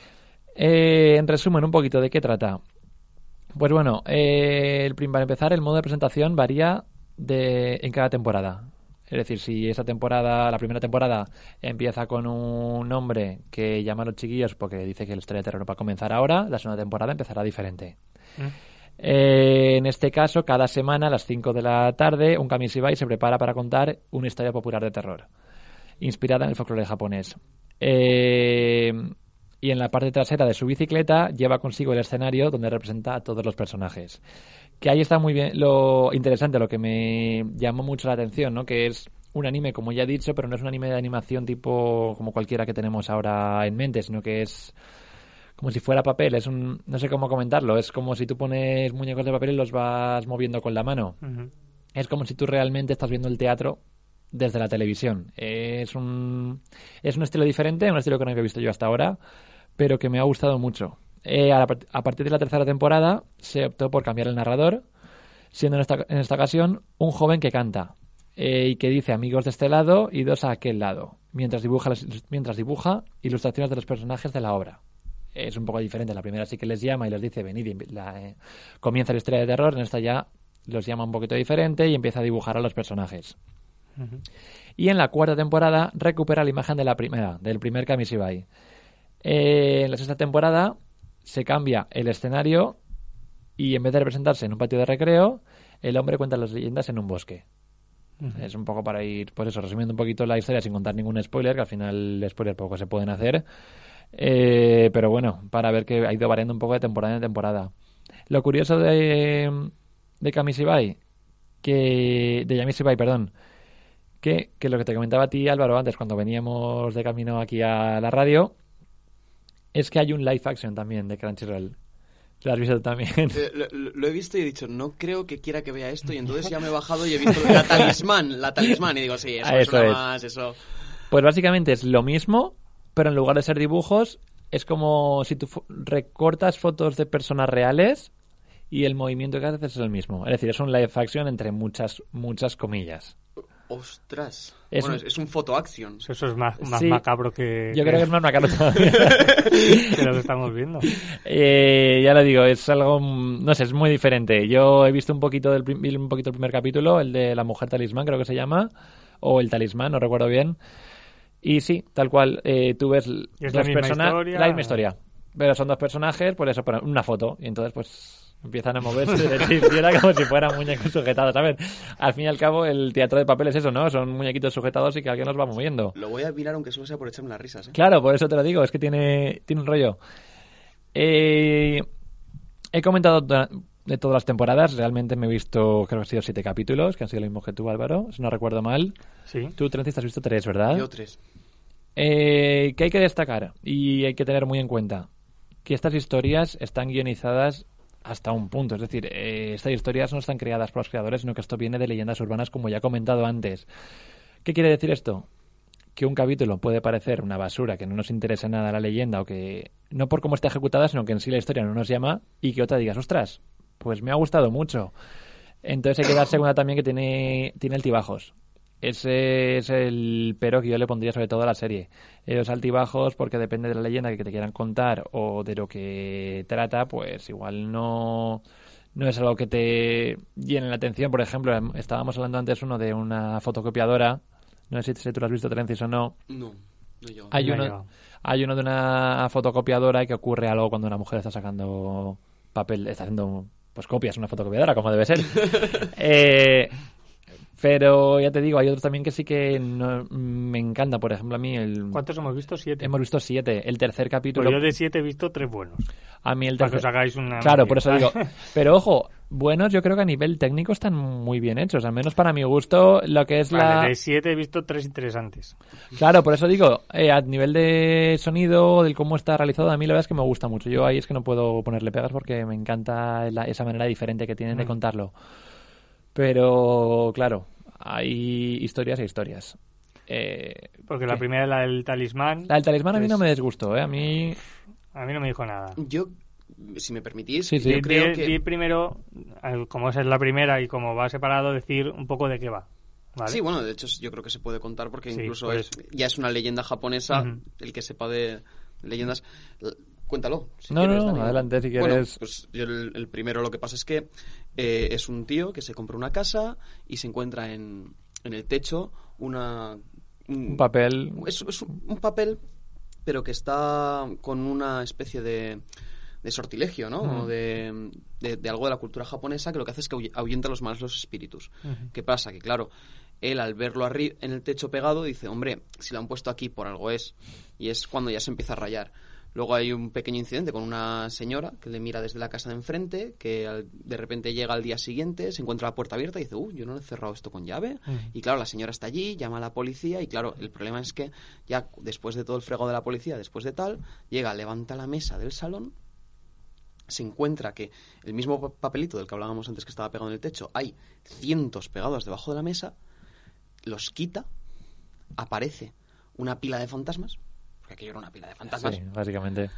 Eh, en resumen, un poquito de qué trata. Pues bueno, eh, el, para empezar, el modo de presentación varía de, en cada temporada. Es decir, si esa temporada, la primera temporada, empieza con un nombre que llama a los chiquillos porque dice que la historia de terror va a comenzar ahora, la segunda temporada empezará diferente. Uh-huh. Eh, en este caso, cada semana a las cinco de la tarde, un Kamishibai se prepara para contar una historia popular de terror, inspirada en el folclore japonés. Eh, y en la parte trasera de su bicicleta lleva consigo el escenario donde representa a todos los personajes. Que ahí está muy bien lo interesante, lo que me llamó mucho la atención, ¿no? Que es un anime, como ya he dicho, pero no es un anime de animación tipo como cualquiera que tenemos ahora en mente, sino que es como si fuera papel, es un, no sé cómo comentarlo, es como si tú pones muñecos de papel y los vas moviendo con la mano. Uh-huh. Es como si tú realmente estás viendo el teatro desde la televisión. Es un, es un estilo diferente, un estilo que no había visto yo hasta ahora, pero que me ha gustado mucho. Eh, a, a partir de la tercera temporada se optó por cambiar el narrador, siendo en esta, en esta ocasión un joven que canta eh, y que dice amigos de este lado y dos a aquel lado, mientras dibuja, mientras dibuja ilustraciones de los personajes de la obra. Es un poco diferente. La primera sí que les llama y les dice venid, y la, eh, comienza la historia de terror. En esta ya los llama un poquito diferente y empieza a dibujar a los personajes. Uh-huh. Y en la cuarta temporada recupera la imagen de la primera, del primer Kamishibai. Eh, en la sexta temporada se cambia el escenario y en vez de representarse en un patio de recreo, el hombre cuenta las leyendas en un bosque. Uh-huh. Es un poco para ir, pues eso, resumiendo un poquito la historia sin contar ningún spoiler, que al final spoiler poco se pueden hacer. Eh, pero bueno, para ver que ha ido variando un poco de temporada en temporada. Lo curioso de, de Kamishibai, que de Yamishibai, perdón, que, que lo que te comentaba a ti, Álvaro, antes cuando veníamos de camino aquí a la radio, es que hay un live action también de Crunchyroll. ¿Lo has visto también? Eh, lo, lo he visto y he dicho, no creo que quiera que vea esto, y entonces ya me he bajado y he visto la talismán, la talismán, y digo, sí, eso, eso es es más, eso. Pues básicamente es lo mismo, pero en lugar de ser dibujos, es como si tú fo- recortas fotos de personas reales y el movimiento que haces es el mismo. Es decir, es un live action entre muchas, muchas comillas. Ostras. Es bueno, un- es, es un photo action. Eso es más, más Sí. macabro que, Yo creo que es más macabro todavía. que lo que estamos viendo. Eh, ya lo digo, es algo, mm, no sé, es muy diferente. Yo he visto un poquito del prim- vi un poquito el primer capítulo, el de la mujer talismán, creo que se llama, o el talismán, no recuerdo bien. Y sí, tal cual, eh, tú ves l- ¿Y es la dos misma personas, historia? la misma historia, pero son dos personajes, por eso, por una foto, y entonces pues empiezan a moverse de derecha a izquierda como si fueran muñecos sujetados, ¿sabes? Al fin y al cabo, el teatro de papel es eso, ¿no? Son muñequitos sujetados y que alguien los va moviendo. Lo voy a mirar aunque solo sea por echarme las risas, ¿eh? Claro, por eso te lo digo, es que tiene, tiene un rollo. Eh, he comentado da- de todas las temporadas, realmente me he visto, creo que han sido siete capítulos, que han sido lo mismo que tú, Álvaro, si no recuerdo mal. Sí. Tú, Trencis, has visto tres, ¿verdad? Yo tres. Eh, que hay que destacar y hay que tener muy en cuenta que estas historias están guionizadas hasta un punto. Es decir, eh, estas historias no están creadas por los creadores, sino que esto viene de leyendas urbanas, como ya he comentado antes. ¿Qué quiere decir esto? Que un capítulo puede parecer una basura, que no nos interesa nada la leyenda, o que no por cómo está ejecutada, sino que en sí la historia no nos llama, y que otra digas, ostras, pues me ha gustado mucho. Entonces hay que darse cuenta también que tiene, tiene altibajos. Ese es el pero que yo le pondría sobre todo a la serie. Eh, Los altibajos, porque depende de la leyenda que te quieran contar o de lo que trata, pues igual no, no es algo que te llene la atención. Por ejemplo, em- estábamos hablando antes uno de una fotocopiadora. No sé si, si tú lo has visto, Trencis, o no. No, no yo. Hay No, uno, yo. hay uno de una fotocopiadora y que ocurre algo cuando una mujer está sacando papel, está haciendo pues copias en una fotocopiadora, como debe ser. eh, pero ya te digo, hay otros también que sí que no- me encanta. Por ejemplo, a mí el, ¿Cuántos hemos visto? Siete. hemos visto siete. El tercer capítulo, Pues yo de siete he visto tres buenos. a mí el Para que tercer, os hagáis una... claro, por eso media. digo. Pero ojo, buenos, yo creo que a nivel técnico están muy bien hechos. Al menos para mi gusto, lo que es la... Vale, de siete he visto tres interesantes. Claro, por eso digo, eh, a nivel de sonido, del cómo está realizado, a mí la verdad es que me gusta mucho. Yo ahí es que no puedo ponerle pegas porque me encanta la- esa manera diferente que tienen de Mm. contarlo. Pero, claro, hay historias e historias. Eh, Porque la ¿qué? primera es la del talismán. La del talismán a mí es- no me disgustó, ¿eh? A mí... A mí no me dijo nada. Yo, si me permitís, Sí, sí. yo creo Di- que... di primero, eh, como esa es la primera y como va separado, decir un poco de qué va. ¿Vale? Sí, bueno, de hecho yo creo que se puede contar porque Sí, incluso pues- es, ya es una leyenda japonesa, Ujú. el que sepa de leyendas. L- Cuéntalo. Si No, quieres, no, no, Dani. adelante, si Bueno, quieres. pues yo el, el primero lo que pasa es que eh, es un tío que se compra una casa y se encuentra en, en el techo una... Un papel... Es, es un un papel, pero que está con una especie de, de sortilegio, ¿no? Mm. O de, de, de algo de la cultura japonesa que lo que hace es que ahuy- ahuyenta los malos los espíritus. Ujú. ¿Qué pasa? Que claro, él al verlo arri- en el techo pegado dice, hombre, si lo han puesto aquí por algo es. Y es cuando ya se empieza a rayar. Luego hay un pequeño incidente con una señora que le mira desde la casa de enfrente, que al- de repente llega al día siguiente, se encuentra la puerta abierta y dice, uh, yo no he cerrado esto con llave. Ujú. Y claro, la señora está allí, llama a la policía y claro, el problema es que ya después de todo el fregado de la policía, después de tal, llega, levanta la mesa del salón, se encuentra que el mismo pa- papelito del que hablábamos antes que estaba pegado en el techo, hay cientos pegados debajo de la mesa, los quita, aparece una pila de fantasmas, porque aquello era una pila de fantasmas, Sí, básicamente.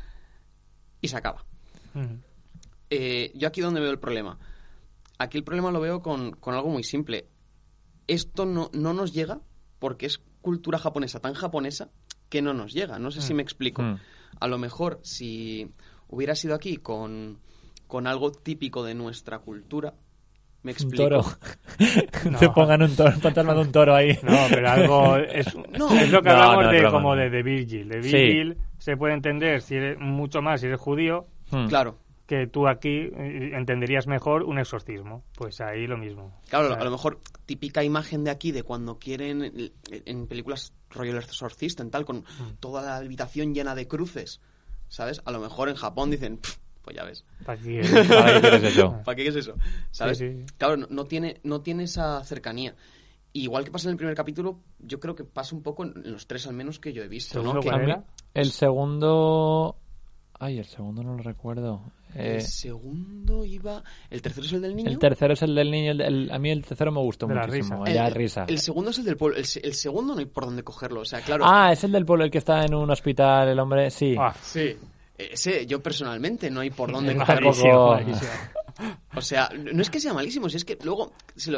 y se acaba. Ujú. Eh, yo aquí donde veo el problema. Aquí el problema lo veo con, con algo muy simple. Esto no, no nos llega porque es cultura japonesa tan japonesa que no nos llega. No sé si me explico. Mm. A lo mejor si hubiera sido aquí con, con algo típico de nuestra cultura, me Un explico. toro. No. Te pongan un toro, un fantasma de un toro ahí. No, pero algo... Es, No. es lo que No, hablamos no, es de broma. como de, de Virgil. De Sí. Virgil se puede entender si eres mucho más si eres judío, Hmm. Claro. que tú aquí eh, entenderías mejor un exorcismo. Pues ahí lo mismo. Claro, O sea, a lo mejor típica imagen de aquí de cuando quieren en, en películas rollo El Exorcista, en tal, con toda la habitación llena de cruces, ¿sabes? A lo mejor en Japón dicen, "Pff, pues ya ves, ¿para qué? ¿Para qué quieres eso? ¿para qué es eso? ¿Sabes? Sí, sí. Claro, no, no tiene, no tiene esa cercanía. Igual que pasa en el primer capítulo, yo creo que pasa un poco en, en los tres al menos que yo he visto, ¿no? ¿Segundo Que cuál A mí, era? el segundo... Ay, el segundo no lo recuerdo. Eh, el segundo iba... ¿El tercero es el del niño? el tercero es el del niño. el- el- a mí el tercero me gustó De la muchísimo. risa. El de la El- risa. El segundo es el del pueblo. El, se- el segundo no hay por dónde cogerlo. O sea, claro... Ah, es el del pueblo, el que está en un hospital, el hombre... Sí. Ah, Sí. Ese, yo personalmente no hay por dónde es cogerlo. malísimo, Tampoco- malísimo. O sea, no es que sea malísimo, si es que luego se lo,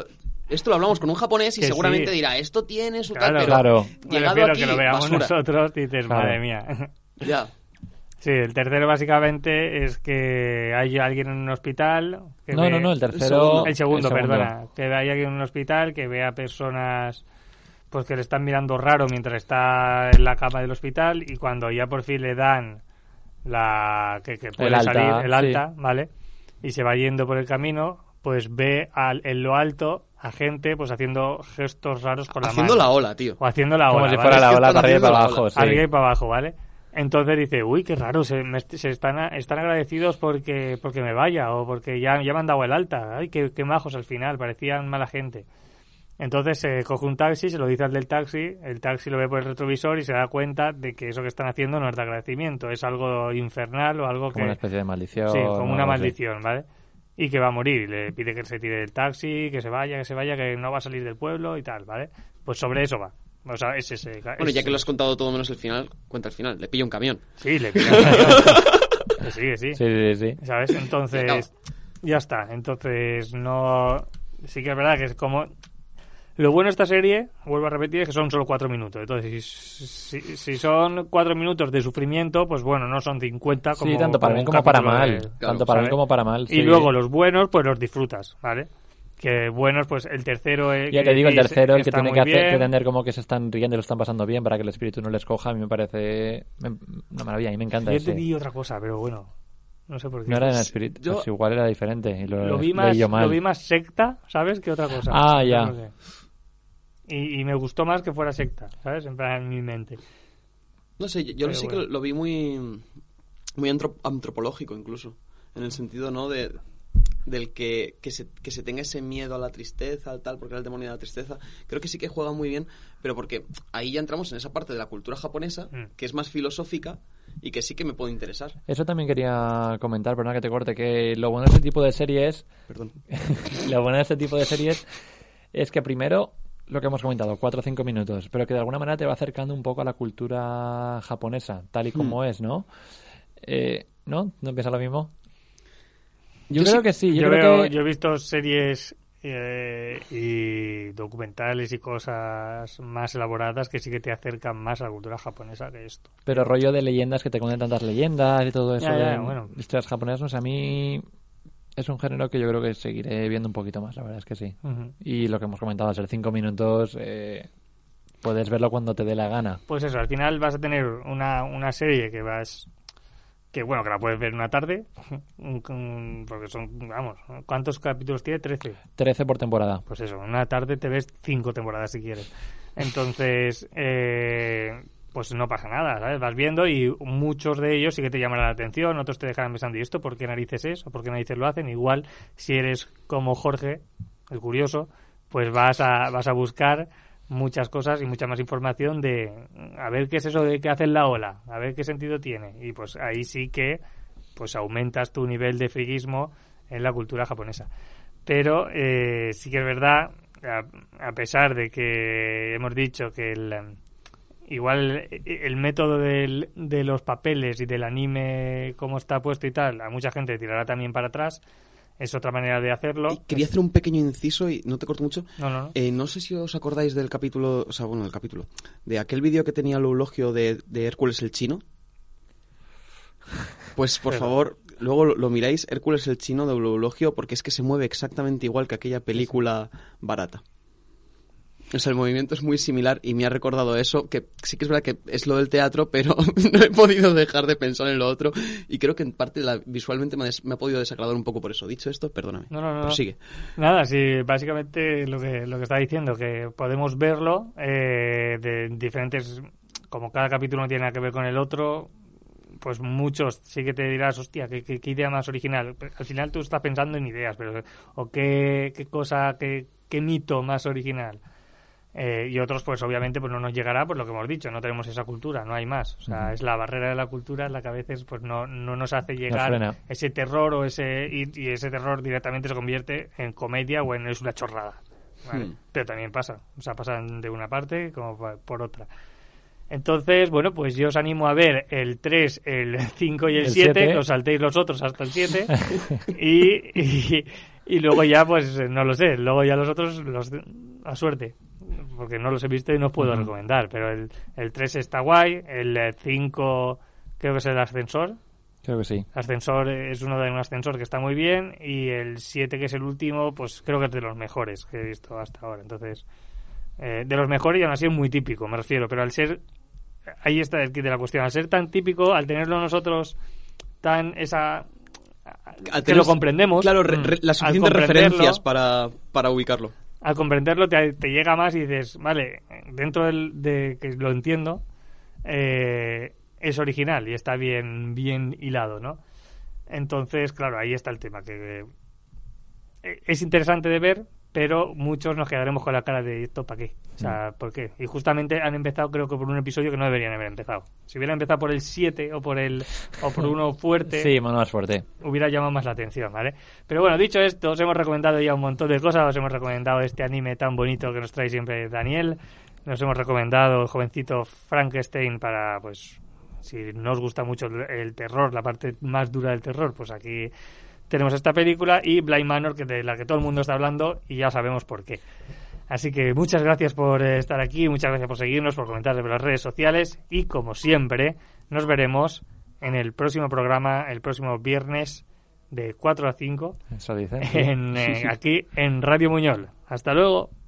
esto lo hablamos con un japonés y que seguramente sí. dirá, esto tiene su Claro, tal, pero claro. llegado Prefiero aquí, que lo veamos basura. nosotros, dices, Claro. madre mía. Ya. Sí, el tercero básicamente es que hay alguien en un hospital... Que No, ve... no, no, el tercero... segundo. El segundo, el segundo. perdona. Que hay alguien en un hospital que ve a personas pues que le están mirando raro mientras está en la cama del hospital y cuando ya por fin le dan la que, que puede El alta, salir el alta, sí. ¿vale? Y se va yendo por el camino, pues ve al, en lo alto a gente pues haciendo gestos raros con la Haciendo mano. la ola, tío. O haciendo la Como ola, si ¿vale? fuera la Es que ola están para arriba y haciendo para la abajo, ola. sí. Arriba y para abajo, ¿vale? Entonces dice, uy, qué raro, se, me, se están, a- están agradecidos porque porque me vaya o porque ya, ya me han dado el alta. Ay, qué, qué majos al final, parecían mala gente. Entonces se coge un taxi, se lo dice al del taxi, el taxi lo ve por el retrovisor y se da cuenta de que eso que están haciendo no es de agradecimiento, es algo infernal o algo Como que... una especie de maldición. Sí, o como una algo así. maldición, ¿vale? Y que va a morir. Y le pide que se tire del taxi, que se vaya, que se vaya, que no va a salir del pueblo y tal, ¿vale? Pues sobre eso va. O sea, es ese. Bueno, es- ya que lo has contado todo menos el final, cuenta el final. Le pilla un camión. Sí, le pide. Que sí, que sí. Sí, sí, sí. ¿Sabes? Entonces, ya está. Entonces, no... Sí que es verdad que es como... Lo bueno de esta serie, vuelvo a repetir, es que son solo cuatro minutos. Entonces, si, si, si son cuatro minutos de sufrimiento, pues bueno, no son cincuenta como... Sí, tanto para como bien un como para capítulo mal. de- Tanto para ¿sabes? bien como para mal. Y sí. luego los buenos, pues los disfrutas, ¿vale? Que buenos, pues el tercero... eh, Ya que te digo, el decís, tercero, el que está tiene muy que hacer, bien. que entender como que se están riendo y lo están pasando bien para que el espíritu no les coja, a mí me parece me- una maravilla, a mí me encanta Yo ese. te di otra cosa, pero bueno, no sé por qué. No era en espíritu, Yo- pues igual era diferente y lo, lo vi leí más yo mal. lo vi más secta, ¿sabes? Que otra cosa. Ah, ya. No sé. Y, y me gustó más que fuera secta, ¿sabes? En plan, en mi mente. No sé, yo, yo Pero sí bueno. que lo vi muy, muy antro- antropológico incluso. En el sentido, ¿no? De, del que, que, se, que se tenga ese miedo a la tristeza, al tal, porque era el demonio de la tristeza. Creo que sí que juega muy bien, pero porque ahí ya entramos en esa parte de la cultura japonesa, Mm. que es más filosófica y que sí que me puede interesar. Eso también quería comentar, perdona que te corte, que lo bueno de este tipo de series, Perdón. lo bueno de este tipo de series es que primero, lo que hemos comentado, cuatro o cinco minutos, pero que de alguna manera te va acercando un poco a la cultura japonesa, tal y como Hmm. es, ¿no? Eh, ¿No? ¿No piensas lo mismo? Yo, Yo creo sí- que sí, yo, Yo, creo veo, que... yo he visto series eh, y documentales y cosas más elaboradas que sí que te acercan más a la cultura japonesa que esto. Pero rollo de leyendas que te cuentan tantas leyendas y todo eso Ya, ya, de bueno. historias japonesas, no sé, a mí es un género que yo creo que seguiré viendo un poquito más, la verdad es que sí. Ujú. Y lo que hemos comentado, al ser cinco minutos, eh, puedes verlo cuando te dé la gana. Pues eso, al final vas a tener una, una serie que vas... Que bueno, que la puedes ver una tarde, un- un- porque son, vamos, ¿cuántos capítulos tiene? trece. trece por temporada. Pues eso, una tarde te ves cinco temporadas si quieres. Entonces, eh, pues no pasa nada, ¿sabes? Vas viendo y muchos de ellos sí que te llamarán la atención, otros te dejarán pensando, ¿y esto por qué narices es? ¿O por qué narices lo hacen? Igual, si eres como Jorge, el curioso, pues vas a, vas a buscar muchas cosas y mucha más información de a ver qué es eso de que hacen la ola, a ver qué sentido tiene. Y pues ahí sí que pues aumentas tu nivel de friquismo en la cultura japonesa. Pero eh, sí que es verdad, a, a pesar de que hemos dicho que el, em, igual el método del, de los papeles y del anime, cómo está puesto y tal, a mucha gente tirará también para atrás, es otra manera de hacerlo. Y quería hacer un pequeño inciso y no te corto mucho. No, no, no. Eh, no sé si os acordáis del capítulo, o sea, bueno, del capítulo, de aquel vídeo que tenía el eulogio de, de Hércules el chino. Pues por Pero- favor, luego lo, lo miráis, Hércules el chino de eulogio, porque es que se mueve exactamente igual que aquella película barata. O sea, el movimiento es muy similar y me ha recordado eso, que sí que es verdad que es lo del teatro, pero no he podido dejar de pensar en lo otro y creo que en parte la, visualmente me ha, des- me ha podido desagradar un poco por eso. Dicho esto, perdóname. No, no, no, no. Prosigue. Nada, sí, básicamente lo que, lo que está diciendo, que podemos verlo eh, de diferentes, como cada capítulo no tiene nada que ver con el otro, pues muchos sí que te dirás, hostia, qué, qué, qué idea más original. Al final tú estás pensando en ideas, pero o qué, qué cosa, qué, qué mito más original. Eh, y otros, pues obviamente, pues no nos llegará, pues lo que hemos dicho, no tenemos esa cultura, no hay más. O sea, Ujú. es la barrera de la cultura la que a veces pues no, no nos hace Nos llegar frena. ese terror o ese y, y ese terror directamente se convierte en comedia o en es una chorrada. ¿vale? Hmm. Pero también pasa, o sea, pasan de una parte como pa- por otra. Entonces, bueno, pues yo os animo a ver el tres, el cinco y el El siete, siete. que os saltéis los otros hasta el siete. y, y, Y luego ya, pues, no lo sé. Luego ya los otros, los a suerte. Porque no los he visto y no os puedo uh-huh. recomendar. Pero el, el tres está guay. El cinco creo que es el ascensor. Creo que sí. Ascensor es uno de un ascensor que está muy bien. Y el siete, que es el último, pues creo que es de los mejores que he visto hasta ahora. Entonces, eh, de los mejores y aún así es muy típico, me refiero. Pero al ser... Ahí está el kit de la cuestión. Al ser tan típico, al tenerlo nosotros tan... esa que lo comprendemos. Claro, re, re, las suficientes referencias para, para ubicarlo. Al comprenderlo te, te llega más y dices, vale, dentro del, de que lo entiendo, eh, es original y está bien, bien hilado, ¿no? Entonces, claro, ahí está el tema, que eh, es interesante de ver, pero muchos nos quedaremos con la cara de esto para qué. O sea, mm. ¿por qué? Y justamente han empezado, creo que por un episodio que no deberían haber empezado. Si hubieran empezado por el siete o por el o por uno fuerte, sí, más fuerte, hubiera llamado más la atención, ¿vale? Pero bueno, dicho esto, os hemos recomendado ya un montón de cosas. Os hemos recomendado este anime tan bonito que nos trae siempre Daniel. Nos hemos recomendado el jovencito Frankenstein para, pues, si no os gusta mucho el terror, la parte más dura del terror, pues aquí tenemos esta película, y Bly Manor, que de la que todo el mundo está hablando y ya sabemos por qué. Así que muchas gracias por estar aquí, muchas gracias por seguirnos, por comentar en las redes sociales, y como siempre nos veremos en el próximo programa, el próximo viernes de cuatro a cinco. Eso dice. En, eh, aquí en Radio Muñol. Hasta luego.